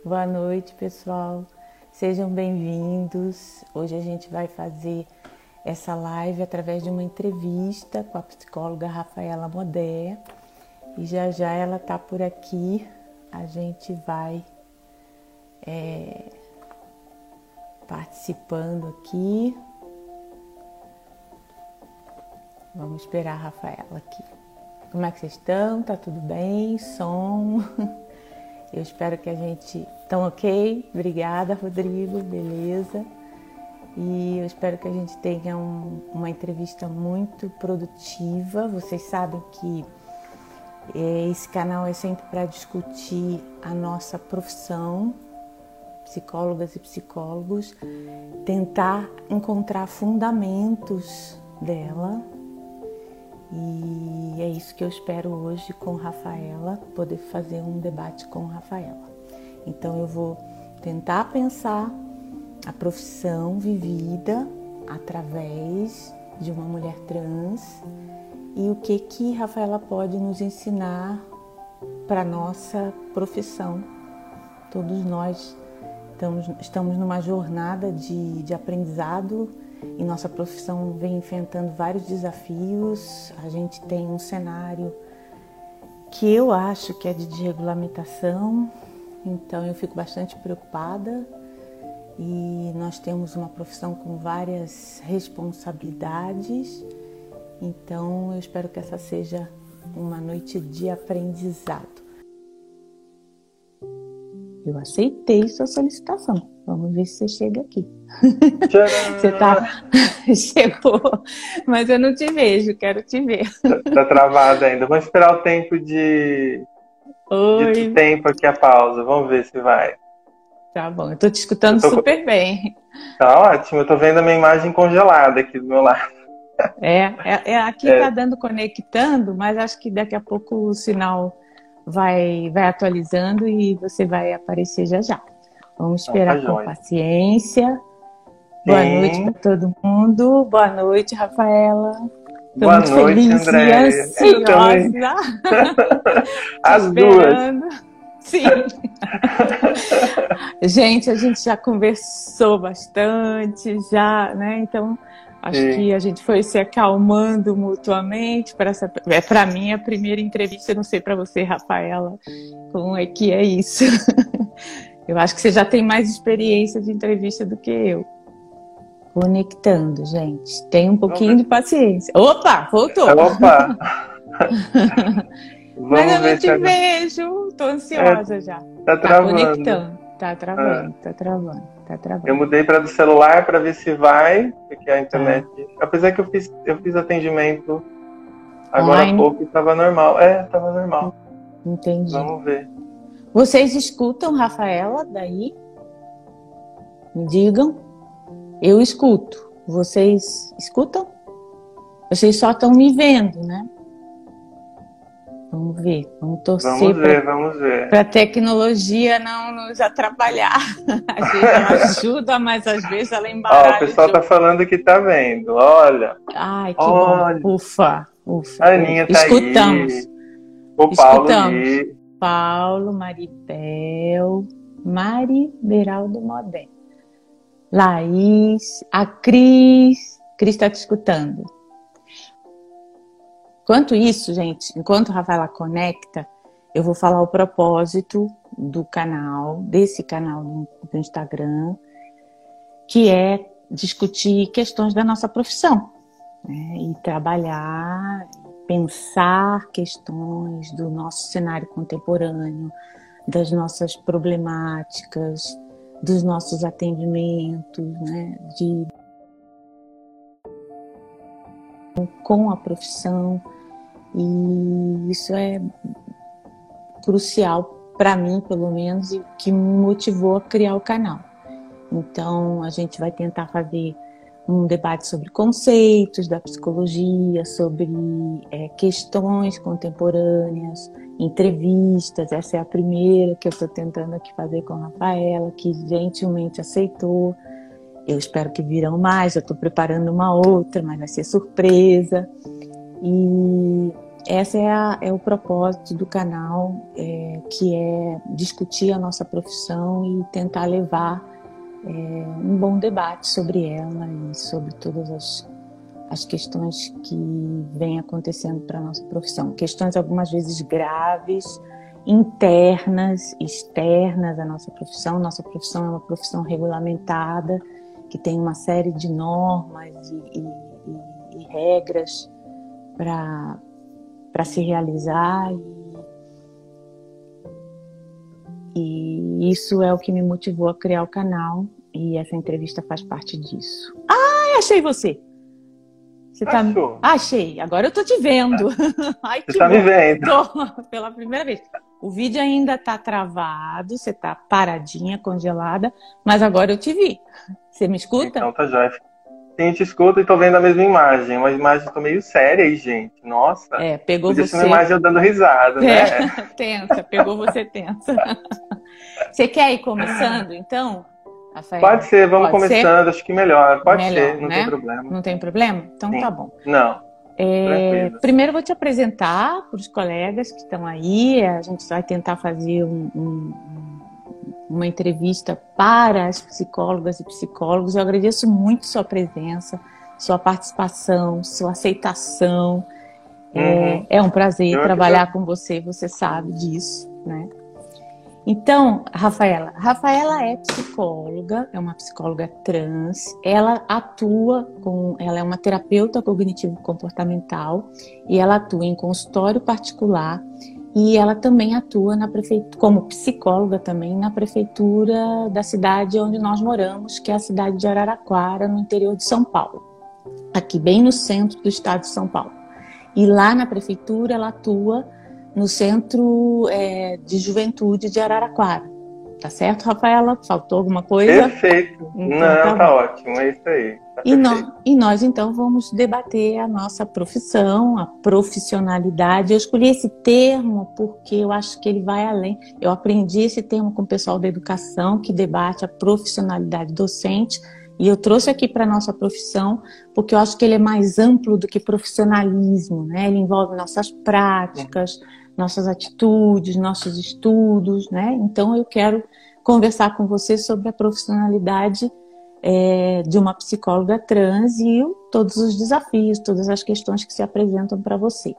Boa noite, pessoal. Sejam bem-vindos. Hoje a gente vai fazer essa live através de uma entrevista com a psicóloga Rafaela Modé. E já já ela tá por aqui. A gente vai participando aqui. Vamos esperar a Rafaela aqui. Como é que vocês estão? Tá tudo bem? Som? Eu espero que a gente... Estão ok? Obrigada, Rodrigo. Beleza. E eu espero que a gente tenha uma entrevista muito produtiva. Vocês sabem que esse canal é sempre para discutir a nossa profissão, psicólogas e psicólogos, tentar encontrar fundamentos dela. E é isso que eu espero hoje com Rafaela, poder fazer um debate com Rafaela. Então eu vou tentar pensar a profissão vivida através de uma mulher trans e o que Rafaela pode nos ensinar para a nossa profissão. Todos nós estamos numa jornada de aprendizado e nossa profissão vem enfrentando vários desafios. A gente tem um cenário que eu acho que é de desregulamentação, então eu fico bastante preocupada. E nós temos uma profissão com várias responsabilidades, então eu espero que essa seja uma noite de aprendizado. Eu aceitei sua solicitação. Vamos ver se você chega aqui. Você chegou, mas eu não te vejo, quero te ver. Tá travada ainda. Vamos esperar o tempo de tempo aqui, a pausa. Vamos ver se vai. Tá bom, eu tô te escutando super bem. Tá ótimo, eu tô vendo a minha imagem congelada aqui do meu lado. Aqui tá dando conectando, mas acho que daqui a pouco o sinal vai atualizando e você vai aparecer já já. Vamos esperar com paciência. Boa noite para todo mundo. Boa noite, Rafaela. Tô muito feliz e ansiosa. As duas. Sim. Gente, a gente já conversou bastante, né? Então, acho que a gente foi se acalmando mutuamente. Para mim, a primeira entrevista, não sei para você, Rafaela, como é que é isso? Eu acho que você já tem mais experiência de entrevista do que eu. Conectando, gente. Tem um pouquinho de paciência. Opa, voltou. Opa! Mas eu não te vejo. Tô ansiosa já. Tá travando. Conectando. Tá travando. Eu mudei para do celular para ver se vai, porque a internet... Apesar que eu fiz atendimento agora há pouco e tava normal. Tava normal. Entendi. Vamos ver. Vocês escutam, Rafaela, daí? Me digam. Eu escuto. Vocês escutam? Vocês só estão me vendo, né? Vamos ver. Vamos torcer para a tecnologia não nos atrapalhar. Às vezes ela ajuda, mas às vezes ela embaralha. O pessoal tá falando que tá vendo. Olha. Ai, que bom. Ufa. A Aninha tá Escutamos. Aí. O Paulo aí. Paulo, Maribel, Mari Beraldo Modé, Laís, a Cris está te escutando. Enquanto isso, gente, enquanto a Rafaela conecta, eu vou falar o propósito do canal, desse canal do Instagram, que é discutir questões da nossa profissão, né? E trabalhar, pensar questões do nosso cenário contemporâneo, das nossas problemáticas, dos nossos atendimentos, né? Com a profissão. E isso é crucial para mim, pelo menos, e que me motivou a criar o canal. Então, a gente vai tentar fazer um debate sobre conceitos da psicologia, sobre questões contemporâneas, entrevistas. Essa é a primeira que eu estou tentando aqui fazer com a Rafaela, que gentilmente aceitou. Eu espero que virão mais, eu estou preparando uma outra, mas vai ser surpresa. E esse é o propósito do canal, que é discutir a nossa profissão e tentar levar um bom debate sobre ela e sobre todas as questões que vêm acontecendo para a nossa profissão. Questões algumas vezes graves, internas, externas à nossa profissão. Nossa profissão é uma profissão regulamentada, que tem uma série de normas e regras para se realizar, e isso é o que me motivou a criar o canal, e essa entrevista faz parte disso. Achei você! Você tá... Achei, agora eu tô te vendo. Ai, você tá me vendo. Tô, pela primeira vez. O vídeo ainda tá travado, você tá paradinha, congelada, mas agora eu te vi. Você me escuta? Então tá jóia. Sim, te escuto e tô vendo a mesma imagem. Uma imagem tô meio séria aí, gente. Nossa. Pegou podia você. Ser uma imagem eu dando risada, né? Tensa, pegou você tensa. Você quer ir começando, então, Rafael? Pode ser, vamos começando, acho que melhor. Pode ser, não tem problema. Não tem problema? Então Sim. tá bom. Não. Primeiro eu vou te apresentar para os colegas que estão aí. A gente vai tentar fazer uma entrevista para as psicólogas e psicólogos. Eu agradeço muito sua presença, sua participação, sua aceitação. É um prazer trabalhar com você, você sabe disso, né? Então, Rafaela é psicóloga, é uma psicóloga trans, ela é uma terapeuta cognitivo-comportamental e ela atua em consultório particular, e ela também atua como psicóloga também na prefeitura da cidade onde nós moramos, que é a cidade de Araraquara, no interior de São Paulo, aqui bem no centro do estado de São Paulo. E lá na prefeitura ela atua no Centro de Juventude de Araraquara. Tá certo, Rafaela? Faltou alguma coisa? Perfeito. Então, tá ótimo, é isso aí. Tá e nós, então, vamos debater a nossa profissão, a profissionalidade. Eu escolhi esse termo porque eu acho que ele vai além. Eu aprendi esse termo com o pessoal da educação, que debate a profissionalidade docente, e eu trouxe aqui para a nossa profissão, porque eu acho que ele é mais amplo do que profissionalismo, né? Ele envolve nossas práticas, nossas atitudes, nossos estudos, né? Então eu quero conversar com você sobre a profissionalidade de uma psicóloga trans e todos os desafios, todas as questões que se apresentam para você.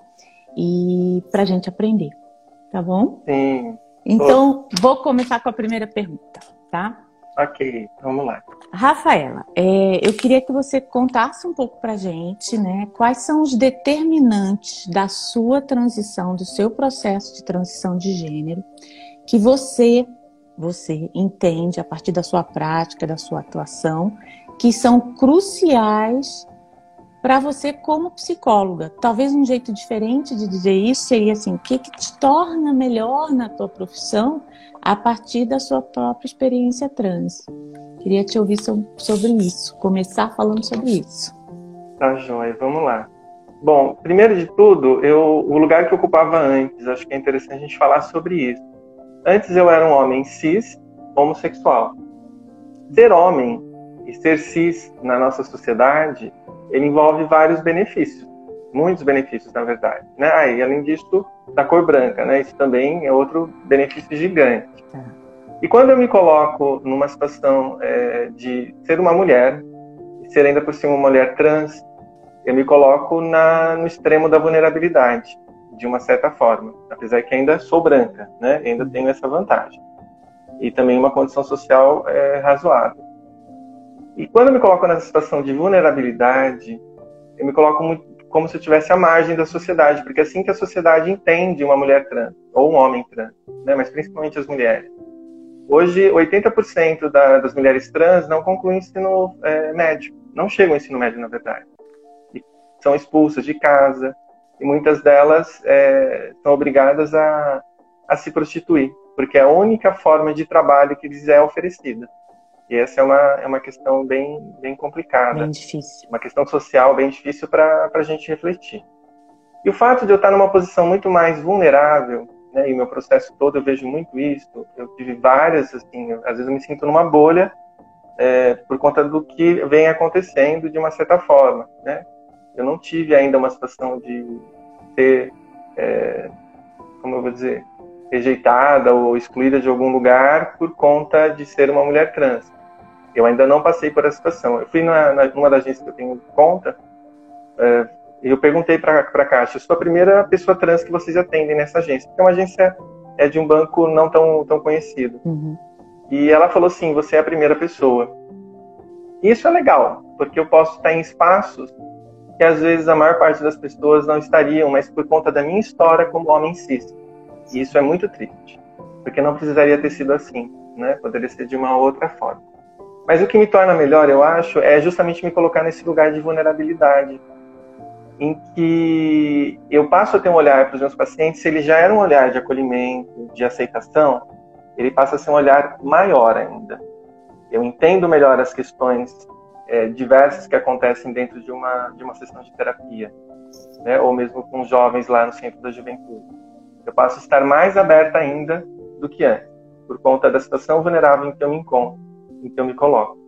E para a gente aprender, tá bom? Sim. Então, vou começar com a primeira pergunta, tá? Ok, vamos lá. Rafaela, eu queria que você contasse um pouco pra gente, né, quais são os determinantes da sua transição, do seu processo de transição de gênero, que você entende a partir da sua prática, da sua atuação, que são cruciais para você como psicóloga. Talvez um jeito diferente de dizer isso seria assim: o que te torna melhor na tua profissão a partir da sua própria experiência trans? Queria te ouvir sobre isso, começar falando sobre isso. Tá joia, vamos lá. Bom, primeiro de tudo, o lugar que eu ocupava antes, acho que é interessante a gente falar sobre isso. Antes eu era um homem cis, homossexual. Ser homem e ser cis na nossa sociedade, ele envolve vários benefícios, muitos benefícios, na verdade, né? E além disso, da cor branca, né? Isso também é outro benefício gigante. E quando eu me coloco numa situação de ser uma mulher, e ser ainda por cima uma mulher trans, eu me coloco no extremo da vulnerabilidade, de uma certa forma, apesar que ainda sou branca, né? Ainda tenho essa vantagem. E também uma condição social razoável. E quando eu me coloco nessa situação de vulnerabilidade, eu me coloco muito como se eu estivesse à margem da sociedade, porque é assim que a sociedade entende uma mulher trans, ou um homem trans, né? Mas principalmente as mulheres. Hoje, 80% das mulheres trans não concluem ensino médio, não chegam ao ensino médio, na verdade. E são expulsas de casa, e muitas delas são obrigadas a se prostituir, porque é a única forma de trabalho que lhes é oferecida. E essa é uma questão bem complicada. Bem difícil. Uma questão social bem difícil para a gente refletir. E o fato de eu estar numa posição muito mais vulnerável, né, e o meu processo todo eu vejo muito isso, eu tive várias, assim, às vezes eu me sinto numa bolha por conta do que vem acontecendo de uma certa forma, né? Eu não tive ainda uma situação de ser como eu vou dizer, rejeitada ou excluída de algum lugar por conta de ser uma mulher trans. Eu ainda não passei por essa situação. Eu fui numa das agências que eu tenho conta, e eu perguntei para a Caixa: eu sou a primeira pessoa trans que vocês atendem nessa agência, porque é uma agência de um banco não tão conhecido. Uhum. E ela falou assim: você é a primeira pessoa. E isso é legal, porque eu posso estar em espaços que às vezes a maior parte das pessoas não estariam, mas por conta da minha história como homem cis. E isso é muito triste, porque não precisaria ter sido assim, né? Poderia ser de uma outra forma. Mas o que me torna melhor, eu acho, é justamente me colocar nesse lugar de vulnerabilidade, em que eu passo a ter um olhar para os meus pacientes. Se ele já era um olhar de acolhimento, de aceitação, ele passa a ser um olhar maior ainda. Eu entendo melhor as questões diversas que acontecem dentro de uma sessão de terapia, né? Ou mesmo com os jovens lá no Centro da Juventude. Eu passo a estar mais aberta ainda do que antes, por conta da situação vulnerável em que eu me encontro, em que eu me coloco.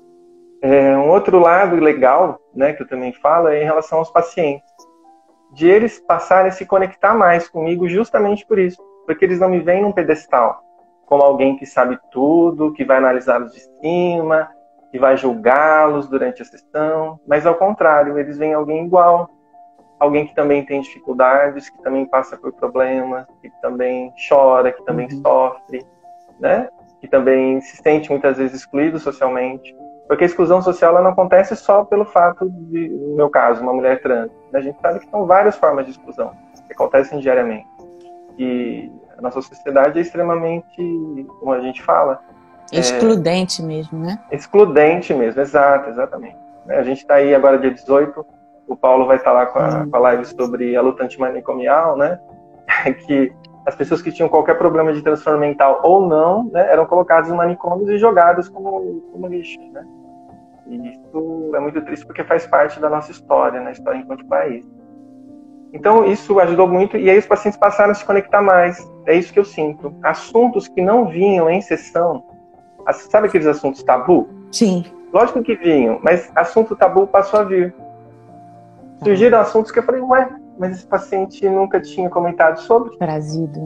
Um outro lado legal, né, que eu também falo, é em relação aos pacientes, de eles passarem a se conectar mais comigo justamente por isso, porque eles não me veem num pedestal, como alguém que sabe tudo, que vai analisá-los de cima, que vai julgá-los durante a sessão, mas ao contrário, eles veem alguém igual, alguém que também tem dificuldades, que também passa por problemas, que também chora, que também sofre, né? Que também se sente muitas vezes excluído socialmente. Porque a exclusão social ela não acontece só pelo fato de, no meu caso, uma mulher trans. A gente sabe que são várias formas de exclusão que acontecem diariamente. E a nossa sociedade é extremamente, como a gente fala... excludente mesmo, né? Excludente mesmo, exatamente. A gente está aí agora dia 18, o Paulo vai estar lá com a live sobre a luta antimanicomial, né? Que as pessoas que tinham qualquer problema de transtorno mental ou não, né, eram colocadas em manicômios e jogadas como lixo, né? E isso é muito triste porque faz parte da nossa história, né? História enquanto país. Então isso ajudou muito e aí os pacientes passaram a se conectar mais. É isso que eu sinto. Assuntos que não vinham em sessão, sabe aqueles assuntos tabu? Sim. Lógico que vinham, mas assunto tabu passou a vir. Surgiram assuntos que eu falei, ué, mas esse paciente nunca tinha comentado sobre. Trazido.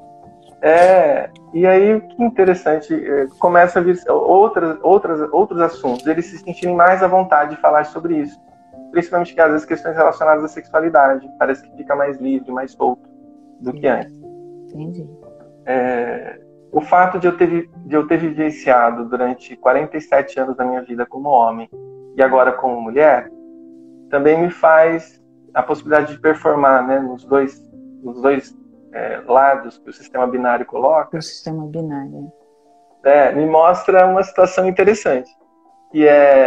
E aí, que interessante, começa a vir outros assuntos, eles se sentirem mais à vontade de falar sobre isso. Principalmente que às vezes questões relacionadas à sexualidade, parece que fica mais livre, mais solto do que antes. Entendi. O fato de eu ter vivenciado durante 47 anos da minha vida como homem e agora como mulher, também me faz a possibilidade de performar, né, nos dois lados que o sistema binário coloca. O sistema binário. Me mostra uma situação interessante, que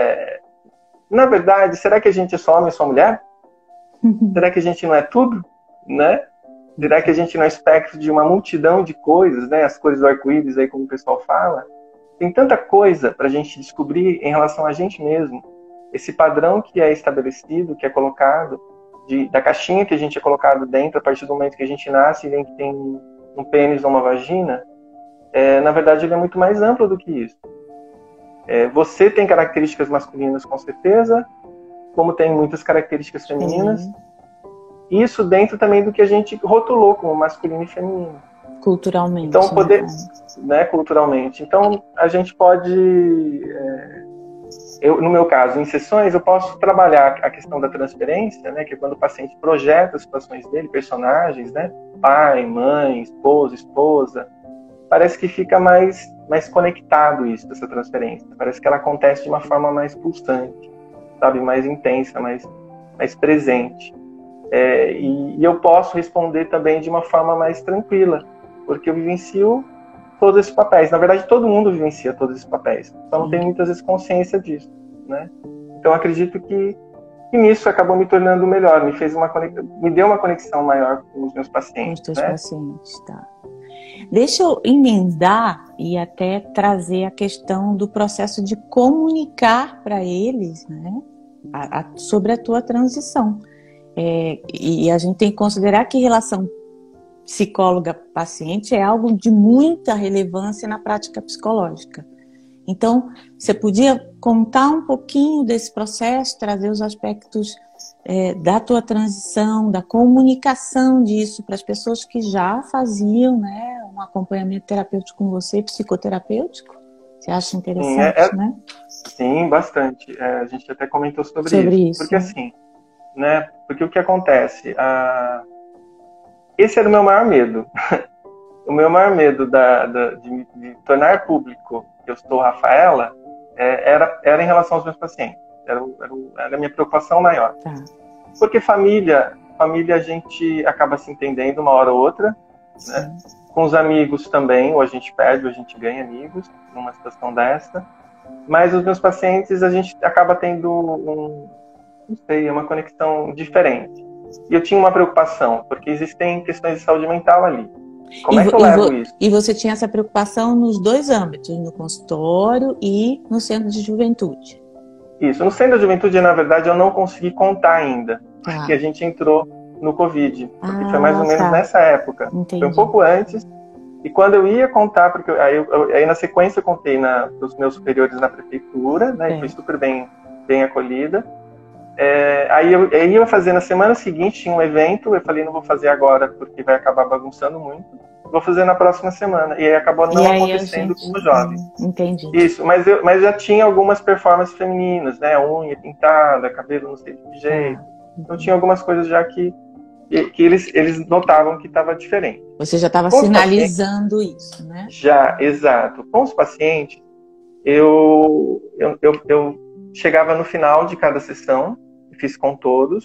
na verdade, será que a gente é só homem e só mulher? Será que a gente não é tudo, né? Será que a gente não é espectro de uma multidão de coisas, né? As cores do arco-íris aí, como o pessoal fala. Tem tanta coisa para a gente descobrir em relação a gente mesmo. Esse padrão que é estabelecido, que é colocado, da caixinha que a gente é colocado dentro a partir do momento que a gente nasce e vem que tem um pênis ou uma vagina, na verdade ele é muito mais amplo do que isso. Você tem características masculinas com certeza, como tem muitas características femininas. Isso dentro também do que a gente rotulou como masculino e feminino. Culturalmente. Então, culturalmente. Então, a gente pode... no meu caso, em sessões, eu posso trabalhar a questão da transferência, né, que é quando o paciente projeta as situações dele, personagens, né, pai, mãe, esposa. Parece que fica mais conectado isso, essa transferência. Parece que ela acontece de uma forma mais pulsante, sabe, mais intensa, mais presente. E eu posso responder também de uma forma mais tranquila, porque eu vivencio todos esses papéis. Na verdade, todo mundo vivencia todos esses papéis. Só não tem muitas vezes consciência disso, né? Então, acredito que nisso acabou me tornando melhor. Me deu uma conexão maior com os meus pacientes. Com os teus pacientes, tá. Deixa eu emendar e até trazer a questão do processo de comunicar para eles, né, sobre a tua transição. E a gente tem que considerar que relação psicóloga-paciente é algo de muita relevância na prática psicológica. Então, você podia contar um pouquinho desse processo, trazer os aspectos da tua transição, da comunicação disso para as pessoas que já faziam, né, um acompanhamento terapêutico com você, psicoterapêutico? Você acha interessante, né? Sim, bastante. A gente até comentou sobre isso. Porque assim, né? Porque o que acontece? Esse era o meu maior medo. O meu maior medo de tornar público que eu sou Rafaela era em relação aos meus pacientes. Era a minha preocupação maior. Tá. Porque família a gente acaba se entendendo uma hora ou outra, né? Com os amigos também, ou a gente perde ou a gente ganha amigos numa situação dessa. Mas os meus pacientes, a gente acaba tendo não sei, uma conexão diferente. E eu tinha uma preocupação, porque existem questões de saúde mental ali. Como é que eu levo isso? E você tinha essa preocupação nos dois âmbitos, no consultório e no centro de juventude? Isso. No centro da juventude, na verdade, eu não consegui contar ainda, porque a gente entrou no Covid. Porque foi mais ou menos nessa época. Entendi. Foi um pouco antes. E quando eu ia contar, porque aí na sequência eu contei para os meus superiores na prefeitura, né? E foi super bem acolhida. Aí eu ia fazer na semana seguinte, tinha um evento, eu falei, não vou fazer agora porque vai acabar bagunçando muito, vou fazer na próxima semana. E aí acabou não acontecendo como jovem. Entendi. Isso, mas já tinha algumas performances femininas, né? Unha pintada, cabelo não sei de que jeito. Então tinha algumas coisas já que eles notavam que estava diferente. Você já estava sinalizando isso, né? Já, exato. Com os pacientes, eu chegava no final de cada sessão, fiz com todos,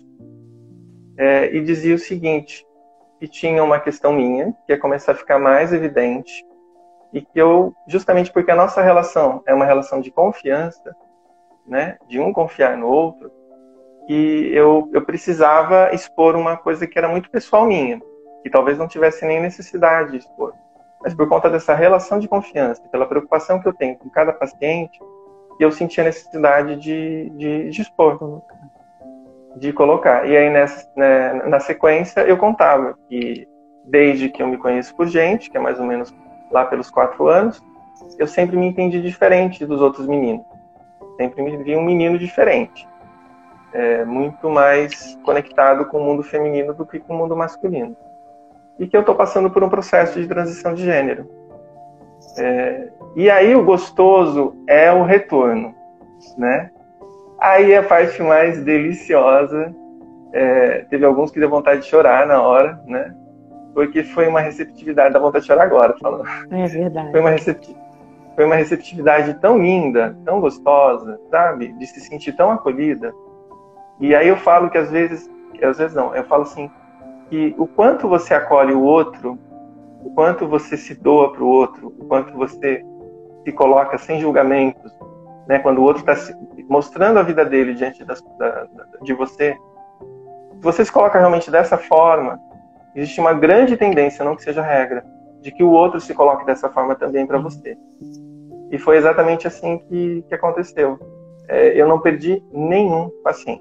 e dizia o seguinte, que tinha uma questão minha, que ia começar a ficar mais evidente, e que justamente porque a nossa relação é uma relação de confiança, né, de um confiar no outro, que eu precisava expor uma coisa que era muito pessoal minha, que talvez não tivesse nem necessidade de expor. Mas por conta dessa relação de confiança, pela preocupação que eu tenho com cada paciente, eu sentia a necessidade de expor, de colocar. E aí, na sequência, eu contava que, desde que eu me conheço por gente, que é mais ou menos lá pelos 4 anos, eu sempre me entendi diferente dos outros meninos. Sempre me vi um menino diferente. Muito mais conectado com o mundo feminino do que com o mundo masculino. E que eu estou passando por um processo de transição de gênero. E aí o gostoso é o retorno, né? Aí a parte mais deliciosa, teve alguns que deu vontade de chorar na hora, né? Porque foi uma receptividade, dá vontade de chorar agora, falando. É verdade. Foi uma receptividade tão linda, tão gostosa, sabe? De se sentir tão acolhida. E aí eu falo que às vezes não, eu falo assim, que o quanto você acolhe o outro, o quanto você se doa para o outro, o quanto você se coloca sem julgamentos, né? Quando o outro está mostrando a vida dele diante de você, se você se coloca realmente dessa forma, existe uma grande tendência, não que seja regra, de que o outro se coloque dessa forma também para você. E foi exatamente assim que aconteceu. Eu não perdi nenhum paciente.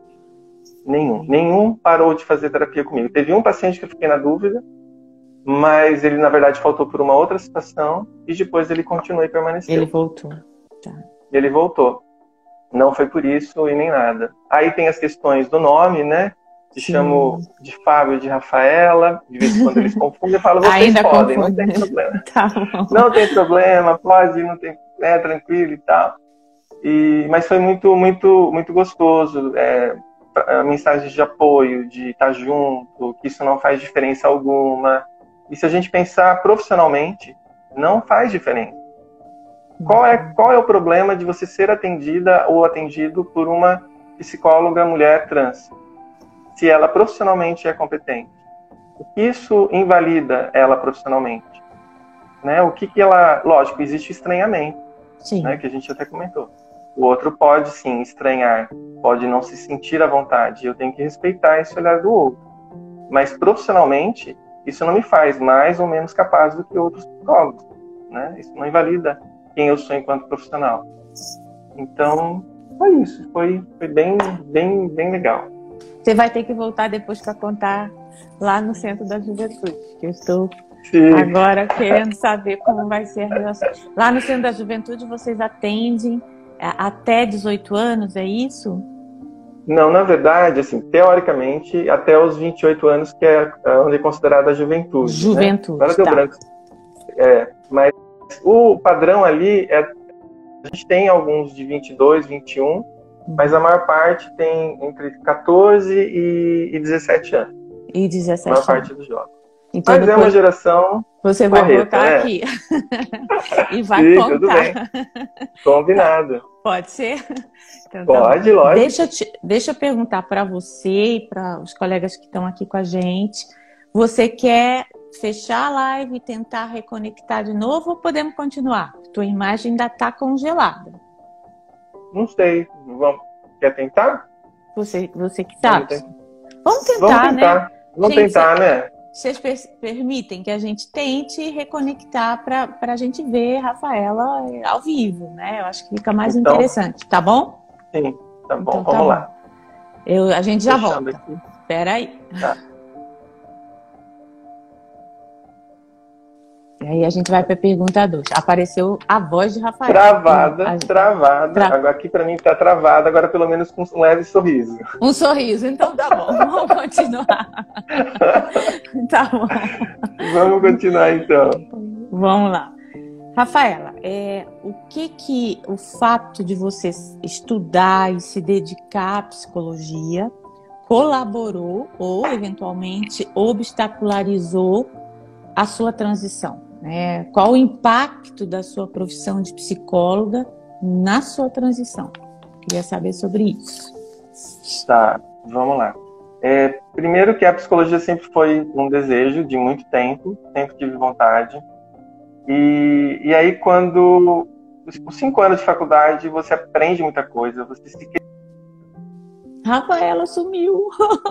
Nenhum parou de fazer terapia comigo. Teve um paciente que eu fiquei na dúvida, mas ele, na verdade, faltou por uma outra situação e depois ele continuou e permaneceu. Ele voltou. Tá. Ele voltou. Não foi por isso e nem nada. Aí tem as questões do nome, né? Te chamo de Fábio, de Rafaela. De vez em quando eles confundem. Eu falo, vocês ainda podem, confunde. não tem problema. Tá bom. Não tem problema, pode, não tem, tranquilo e tal. Mas foi muito, muito, muito gostoso. A mensagem de apoio, de estar junto, que isso não faz diferença alguma. E se a gente pensar profissionalmente, não faz diferença. Qual é o problema de você ser atendida ou atendido por uma psicóloga mulher trans? Se ela profissionalmente é competente. O que isso invalida ela profissionalmente? Né? O que ela... Lógico, existe estranhamento, né? Que a gente até comentou. O outro pode, sim, estranhar, pode não se sentir à vontade. Eu tenho que respeitar esse olhar do outro. Mas, profissionalmente, isso não me faz mais ou menos capaz do que outros psicólogos, né? Isso não invalida quem eu sou enquanto profissional. Então, foi isso. Foi bem, bem, bem legal. Você vai ter que voltar depois para contar lá no Centro da Juventude, que eu estou agora querendo saber como vai ser a relação. Lá no Centro da Juventude, vocês atendem até 18 anos, é isso? Não, na verdade, assim, teoricamente, até os 28 anos, que é onde é considerada a juventude. Juventude, né? Agora deu tá. branco. Mas o padrão ali a gente tem alguns de 22, 21, mas a maior parte tem entre 14 e 17 anos. E 17 A maior anos. parte dos jovens. Então, Mas é uma geração você vai correta, botar né? aqui e vai Sim, contar. tudo bem. Combinado. Pode ser? Então, Pode, tá. lógico. Deixa eu perguntar para você e para os colegas que estão aqui com a gente. Você quer fechar a live e tentar reconectar de novo ou podemos continuar? Tua imagem ainda está congelada. Não sei. Quer tentar? Você que sabe. Vamos tentar, Vamos tentar, né? Vamos tentar, né? Vocês permitem que a gente tente reconectar para a gente ver Rafaela ao vivo, né? Eu acho que fica mais interessante, tá bom? Sim, tá bom. Então, vamos lá. A gente já Fechando volta. aqui. Espera aí. Tá. E aí a gente vai para a pergunta 2. Apareceu a voz de Rafaela. Travada. Agora aqui para mim tá travada, agora pelo menos com um leve sorriso. Um sorriso, então tá bom. Vamos continuar. Tá bom. Vamos continuar então. Vamos lá. Rafaela, o fato de você estudar e se dedicar à psicologia colaborou ou eventualmente obstacularizou a sua transição? Qual o impacto da sua profissão de psicóloga na sua transição? Queria saber sobre isso. Tá, vamos lá. Primeiro que a psicologia sempre foi um desejo de muito tempo, sempre tive vontade. E aí quando os 5 anos de faculdade você aprende muita coisa, você se... Rafaela sumiu.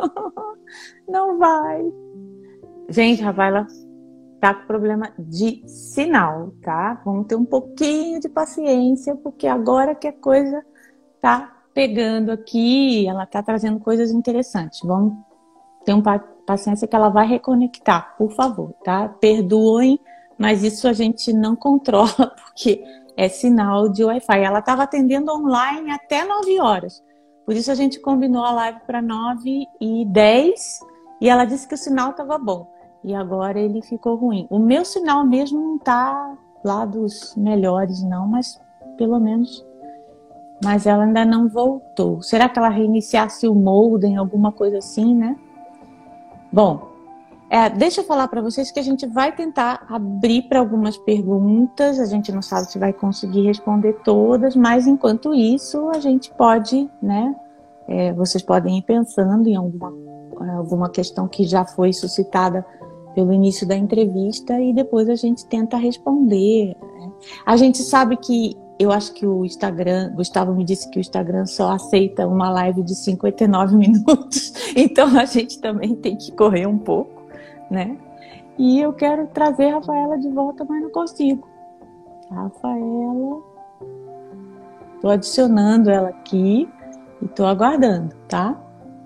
Não vai. Gente, Rafaela tá com problema de sinal, tá? Vamos ter um pouquinho de paciência, porque agora que a coisa tá pegando aqui, ela tá trazendo coisas interessantes. Vamos ter paciência que ela vai reconectar, por favor, tá? Perdoem, mas isso a gente não controla, porque é sinal de Wi-Fi. Ela estava atendendo online até 9 horas. Por isso a gente combinou a live para 9h10 e ela disse que o sinal estava bom. E agora ele ficou ruim. O meu sinal mesmo não tá lá dos melhores, não, mas pelo menos... Mas ela ainda não voltou. Será que ela reiniciasse o modem, alguma coisa assim, né? Bom, deixa eu falar para vocês que a gente vai tentar abrir para algumas perguntas. A gente não sabe se vai conseguir responder todas, mas enquanto isso a gente pode, né? Vocês podem ir pensando em alguma questão que já foi suscitada pelo início da entrevista e depois a gente tenta responder. Né? A gente sabe que, eu acho que o Instagram, Gustavo me disse que o Instagram só aceita uma live de 59 minutos, então a gente também tem que correr um pouco, né? E eu quero trazer a Rafaela de volta, mas não consigo. Rafaela, tô adicionando ela aqui e tô aguardando, tá?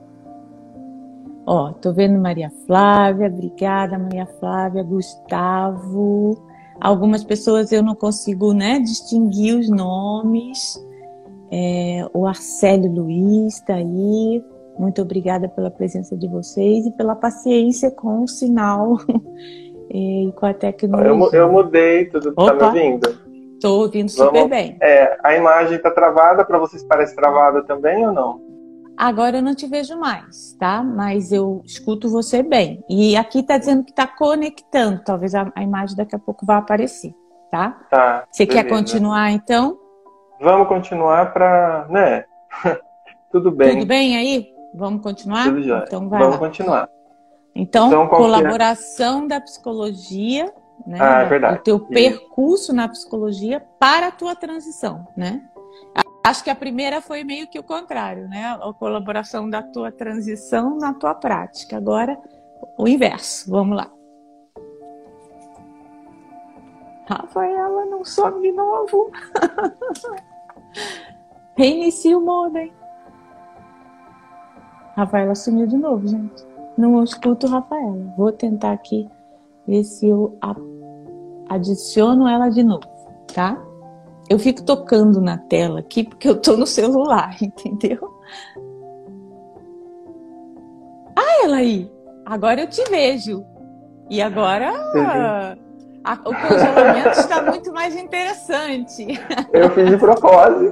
Ó, tô vendo Maria Flávia, obrigada Maria Flávia, Gustavo. Algumas pessoas eu não consigo, né, distinguir os nomes. O Arcélio Luiz está aí. Muito obrigada pela presença de vocês e pela paciência com o sinal e com a tecnologia. Eu mudei, tudo. Tá me ouvindo? Tô ouvindo super bem. A imagem tá travada, para vocês parece travada também ou não? Agora eu não te vejo mais, tá? Mas eu escuto você bem. E aqui tá dizendo que tá conectando. Talvez a imagem daqui a pouco vá aparecer, tá? Tá. Você quer continuar, então? Vamos continuar para, né? Tudo bem. Tudo bem aí? Vamos continuar? Tudo jóia. Então vai Vamos lá. continuar. Então colaboração da psicologia, né? É verdade. O teu percurso na psicologia para a tua transição, né? Acho que a primeira foi meio que o contrário, né? A colaboração da tua transição na tua prática. Agora, o inverso. Vamos lá. Rafaela, não sobe de novo. Reinicia o modem. Rafaela sumiu de novo, gente. Não escuto Rafaela. Vou tentar aqui ver se eu adiciono ela de novo, tá? Eu fico tocando na tela aqui porque eu tô no celular, entendeu? ela aí. Agora eu te vejo. E agora o congelamento está muito mais interessante. Eu fiz de propósito.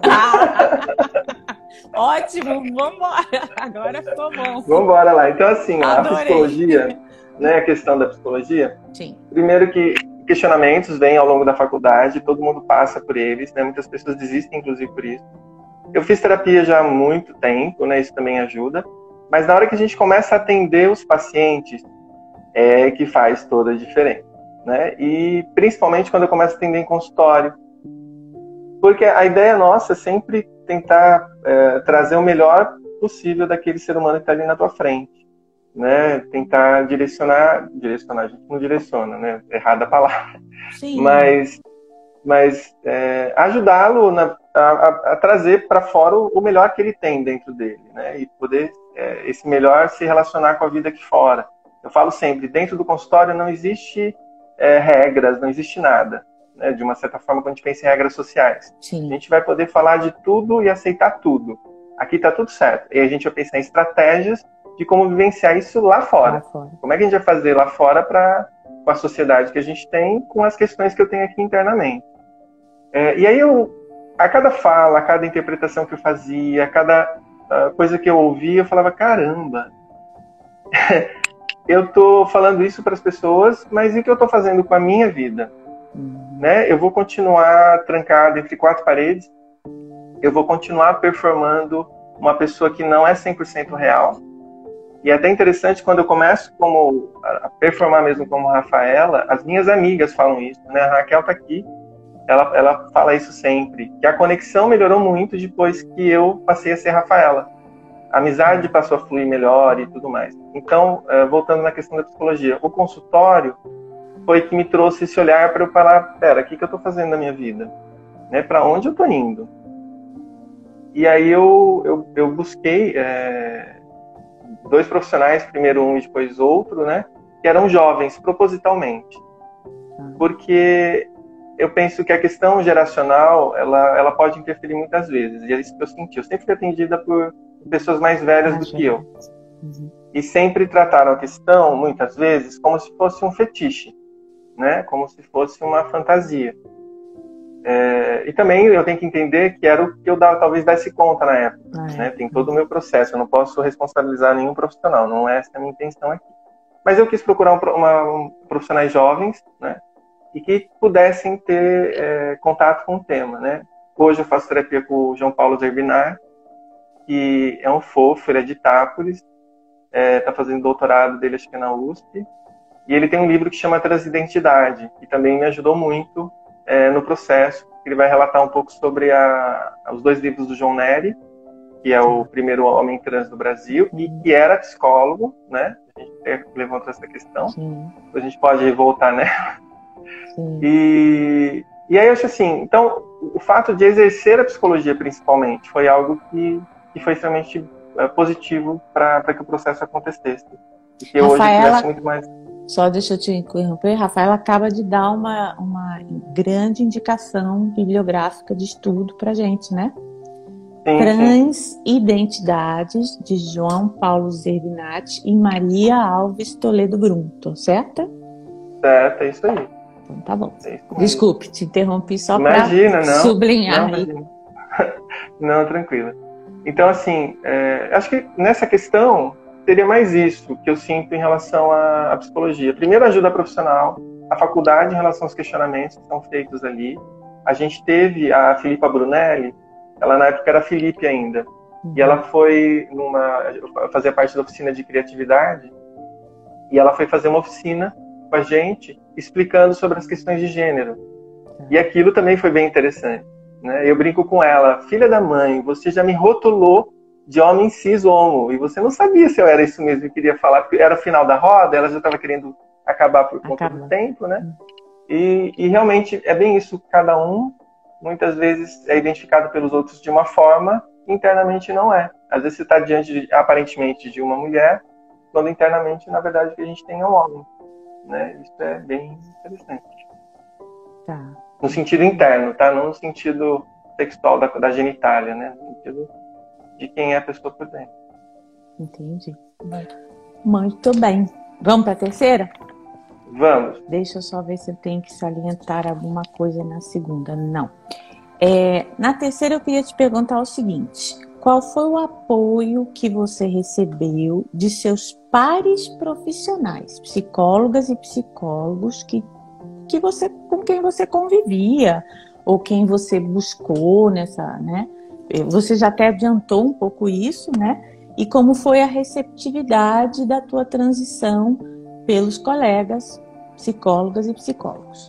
Ótimo, vamos embora. Agora ficou bom. Vamos embora lá. Então, assim, a Adorei. psicologia, né, a questão da psicologia, Sim. primeiro que questionamentos vêm ao longo da faculdade, todo mundo passa por eles, né? Muitas pessoas desistem, inclusive, por isso. Eu fiz terapia já há muito tempo, né? Isso também ajuda. Mas na hora que a gente começa a atender os pacientes, é que faz toda a diferença, né? E principalmente quando eu começo a atender em consultório. Porque a ideia nossa é sempre tentar trazer o melhor possível daquele ser humano que está ali na tua frente, né? Tentar direcionar, a gente não direciona, né? Errada a palavra. Sim. Mas ajudá-lo a trazer para fora o melhor que ele tem dentro dele, né? E poder esse melhor se relacionar com a vida aqui fora. Eu falo sempre, dentro do consultório não existe regras, não existe nada, né? De uma certa forma, quando a gente pensa em regras sociais. Sim. A gente vai poder falar de tudo e aceitar tudo. Aqui está tudo certo. E a gente vai pensar em estratégias de como vivenciar isso lá fora. Como é que a gente vai fazer lá fora com a sociedade que a gente tem, com as questões que eu tenho aqui internamente. E aí a cada fala, a cada interpretação que eu fazia, a cada coisa que eu ouvia, eu falava, caramba, eu tô falando isso para as pessoas, mas e o que eu estou fazendo com a minha vida? Né? Eu vou continuar trancado entre quatro paredes, eu vou continuar performando uma pessoa que não é 100% real. E é até interessante, quando eu começo a performar mesmo como Rafaela, as minhas amigas falam isso, né? A Raquel tá aqui, ela fala isso sempre, que a conexão melhorou muito depois que eu passei a ser Rafaela. A amizade passou a fluir melhor e tudo mais. Então, voltando na questão da psicologia, o consultório foi que me trouxe esse olhar para eu falar, pera, o que eu tô fazendo na minha vida? Né? Para onde eu tô indo? E aí eu busquei dois profissionais, primeiro um e depois outro, né? Que eram jovens, propositalmente. Porque eu penso que a questão geracional, ela pode interferir muitas vezes. E é isso que eu senti. Eu sempre fui atendida por pessoas mais velhas do que eu. Uhum. E sempre trataram a questão, muitas vezes, como se fosse um fetiche, né? Como se fosse uma fantasia. E também eu tenho que entender que era o que eu talvez desse conta na época. Né? Tem todo o meu processo, eu não posso responsabilizar nenhum profissional, não é essa a minha intenção aqui. Mas eu quis procurar profissionais jovens, né? E que pudessem ter contato com o tema. Né? Hoje eu faço terapia com o João Paulo Zerbinar, que é um fofo, ele é de Itápolis, está fazendo doutorado dele, acho que é na USP, e ele tem um livro que chama Transidentidade, que também me ajudou muito no processo. Ele vai relatar um pouco sobre os dois livros do João Nery, que é o primeiro homem trans do Brasil, e que era psicólogo, né? A gente levantou essa questão. Sim. A gente pode voltar nela. Sim. E aí eu acho assim, então, o fato de exercer a psicologia, principalmente, foi algo que foi extremamente positivo para que o processo acontecesse. E que hoje tivesse muito mais... Só deixa eu te interromper, Rafaela acaba de dar uma grande indicação bibliográfica de estudo para gente, né? Transidentidades, de João Paulo Zerbinati e Maria Alves Toledo Brunto, certo? Certo, é isso aí. Então tá bom. Desculpe, te interrompi só para sublinhar aí. Não, tranquila. Então, assim, acho que nessa questão seria mais isso que eu sinto em relação à psicologia. Primeiro, ajuda profissional, a faculdade em relação aos questionamentos que são feitos ali. A gente teve a Filipa Brunelli, ela na época era Felipe ainda, e ela foi fazia parte da oficina de criatividade, e ela foi fazer uma oficina com a gente, explicando sobre as questões de gênero. E aquilo também foi bem interessante. Né? Eu brinco com ela, filha da mãe, você já me rotulou de homem cis homo, e você não sabia se eu era isso mesmo que queria falar, porque era o final da roda, ela já estava querendo acabar por conta do tempo, né? E realmente é bem isso, cada um muitas vezes é identificado pelos outros de uma forma, internamente não é. Às vezes você está diante, aparentemente, de uma mulher, quando internamente, na verdade, o que a gente tem é um homem. Né? Isso é bem interessante. Tá. No sentido interno, tá? Não no sentido sexual da genitália, né? No sentido de quem é a pessoa por dentro. Entendi. Muito bem. Vamos para a terceira? Vamos. Deixa eu só ver se eu tenho que salientar alguma coisa na segunda. Não. Na terceira eu queria te perguntar o seguinte: qual foi o apoio que você recebeu de seus pares profissionais, psicólogas e psicólogos com quem você convivia, ou quem você buscou nessa, né? Você já até adiantou um pouco isso, né? E como foi a receptividade da tua transição pelos colegas, psicólogas e psicólogos?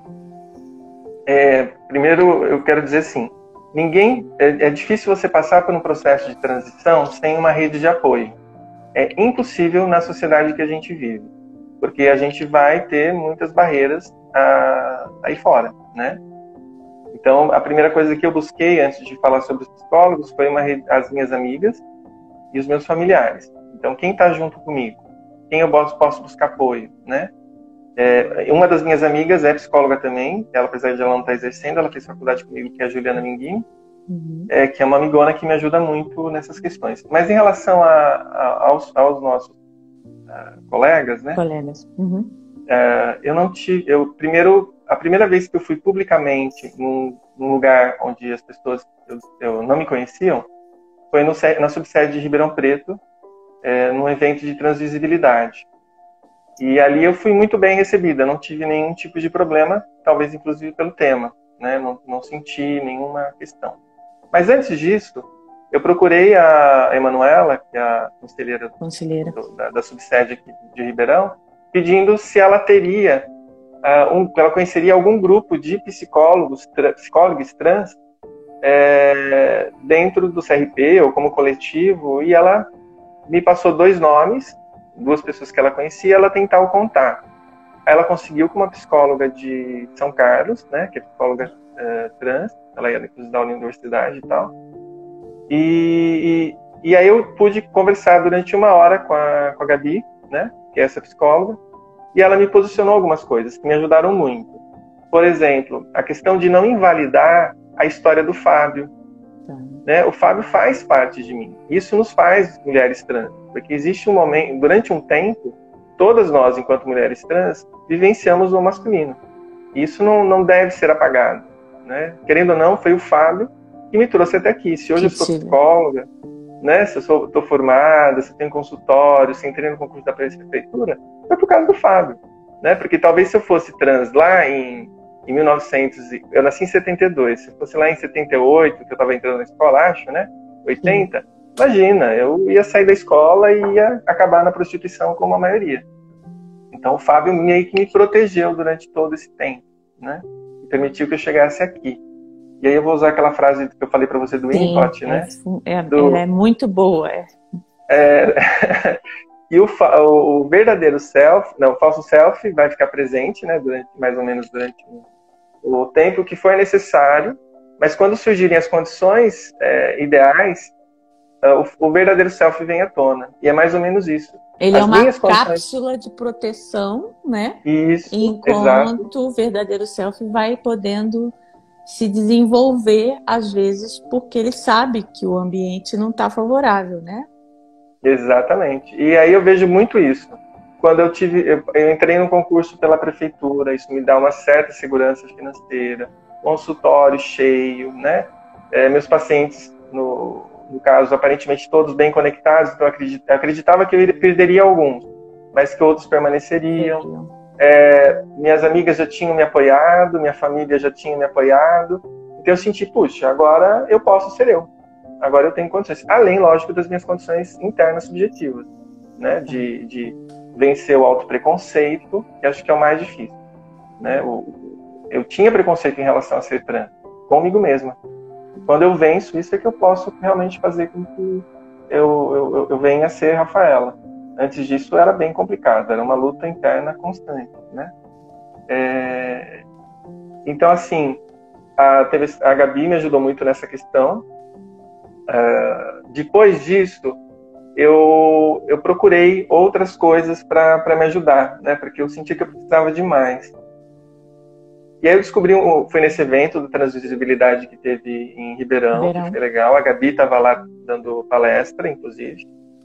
Primeiro, eu quero dizer assim, é difícil você passar por um processo de transição sem uma rede de apoio. É impossível na sociedade que a gente vive, porque a gente vai ter muitas barreiras aí fora, né? Então, a primeira coisa que eu busquei antes de falar sobre os psicólogos foi as minhas amigas e os meus familiares. Então, quem está junto comigo? Quem eu posso buscar apoio, né? Uma das minhas amigas é psicóloga também, ela, apesar de ela não estar exercendo, ela fez faculdade comigo, que é a Juliana Minguim, que é uma amigona que me ajuda muito nessas questões. Mas em relação aos nossos colegas, né? Eu não tive... A primeira vez que eu fui publicamente num lugar onde as pessoas eu não me conheciam, foi na subsede de Ribeirão Preto, num evento de transvisibilidade. E ali eu fui muito bem recebida, não tive nenhum tipo de problema, talvez inclusive pelo tema, né? Não senti nenhuma questão. Mas antes disso, eu procurei a Emanuela, que é a conselheira da subsede aqui de Ribeirão, pedindo se ela teria, ela conheceria algum grupo de psicólogos trans dentro do CRP ou como coletivo, e ela me passou 2 nomes, 2 pessoas que ela conhecia, ela tentar o contato. Aí ela conseguiu com uma psicóloga de São Carlos, né, que é psicóloga trans, ela ia inclusive da universidade e tal. E aí eu pude conversar durante 1 hora com a Gabi, né, que é essa psicóloga, e ela me posicionou algumas coisas que me ajudaram muito. Por exemplo, a questão de não invalidar a história do Fábio. Né? O Fábio faz parte de mim. Isso nos faz mulheres trans, porque existe um momento, durante um tempo, todas nós, enquanto mulheres trans, vivenciamos o masculino. Isso não deve ser apagado, né? Querendo ou não, foi o Fábio que me trouxe até aqui. Se hoje eu sou psicóloga, né? Se eu estou formada, se eu tenho consultório, se entrei no concurso da prefeitura, foi por causa do Fábio, né? Porque talvez se eu fosse trans lá em 1900, eu nasci em 72, se fosse lá em 78, que eu estava entrando na escola, acho, né? 80, imagina, eu ia sair da escola e ia acabar na prostituição como a maioria. Então o Fábio meio que me protegeu durante todo esse tempo, né? E permitiu que eu chegasse aqui. E aí eu vou usar aquela frase que eu falei para você do Winnicott, né? Ela é muito boa. E o verdadeiro self, não, o falso self vai ficar presente, né? Mais ou menos durante o tempo que for necessário, mas quando surgirem as condições ideais, o verdadeiro self vem à tona. E é mais ou menos isso. Ele é uma cápsula de proteção, né? Isso, enquanto exato. o verdadeiro self vai podendo se desenvolver, às vezes, porque ele sabe que o ambiente não está favorável, né? Exatamente. E aí eu vejo muito isso. Quando eu entrei no concurso pela prefeitura, isso me dá uma certa segurança financeira, consultório cheio, né? Meus pacientes, no caso, aparentemente todos bem conectados, então eu acreditava que eu perderia alguns, mas que outros permaneceriam. Minhas amigas já tinham me apoiado, minha família já tinha me apoiado, então eu senti, puxa, agora eu posso ser eu. Agora eu tenho condições, além, lógico, das minhas condições internas subjetivas, né? De vencer o autopreconceito, que acho que é o mais difícil, né? Eu tinha preconceito em relação a ser trans, comigo mesma. Quando eu venço isso é que eu posso realmente fazer com que eu venha a ser Rafaela. Antes disso era bem complicado, era uma luta interna constante, né? Então, assim, a Gabi me ajudou muito nessa questão. Depois disso, eu procurei outras coisas para me ajudar, né? Porque eu sentia que eu precisava de mais. E aí eu descobri, foi nesse evento do Transvisibilidade que teve em Ribeirão, que foi legal. A Gabi estava lá dando palestra, inclusive.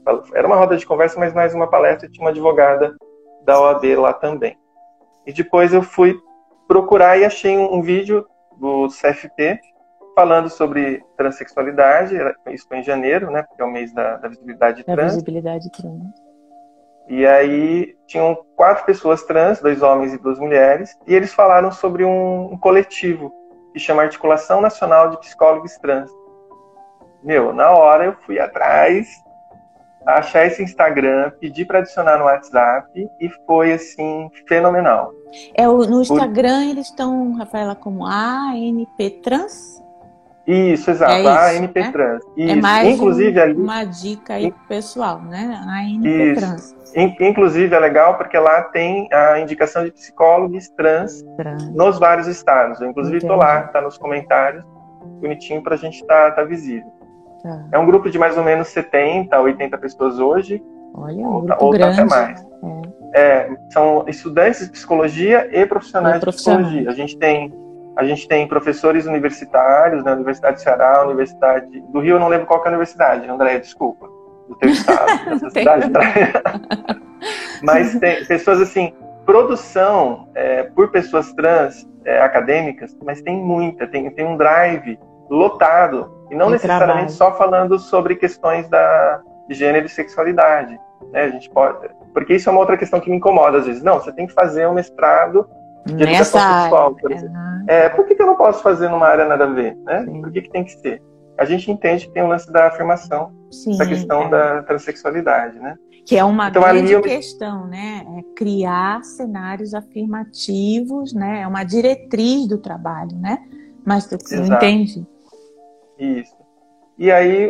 Era uma roda de conversa, mas mais uma palestra, tinha uma advogada da OAB lá também. E depois eu fui procurar e achei um vídeo do CFP falando sobre transexualidade. Isso foi em janeiro, né? Porque é o mês da visibilidade trans. Da visibilidade trans. E aí tinham 4 pessoas trans, 2 homens e 2 mulheres, e eles falaram sobre um coletivo que chama Articulação Nacional de Psicólogos Trans. Na hora eu fui atrás, achar esse Instagram, pedir para adicionar no WhatsApp e foi, assim, fenomenal. No Instagram eles estão, Rafaela, como ANP Trans? Isso, exato, a ANP né? Trans. Isso. É mais inclusive, uma dica aí pro pessoal, né? A ANP Trans. Inclusive é legal porque lá tem a indicação de psicólogos trans nos vários estados. Eu, inclusive, estou lá, está nos comentários, bonitinho para a gente tá visível. Tá. É um grupo de mais ou menos 70, 80 pessoas hoje. Olha, um grupo grande. Até mais. São estudantes de psicologia e profissionais de psicologia. A gente tem professores universitários, na Universidade do Ceará, Universidade do Rio, eu não lembro qual que é a universidade, André, desculpa, do teu estado, dessa cidade. Mas tem pessoas assim, produção por pessoas trans acadêmicas, mas tem muita, tem um drive lotado, e não necessariamente só falando sobre questões de gênero e sexualidade. Né? A gente pode, porque isso é uma outra questão que me incomoda às vezes. Não, você tem que fazer um mestrado de educação sexual, por exemplo. Por que eu não posso fazer numa área nada a ver? Né? Por que tem que ser? A gente entende que tem o lance da afirmação, da questão da transexualidade, né? Que é uma grande questão, né? É criar cenários afirmativos, né? É uma diretriz do trabalho, né? Mas tu não entende? Isso. E aí,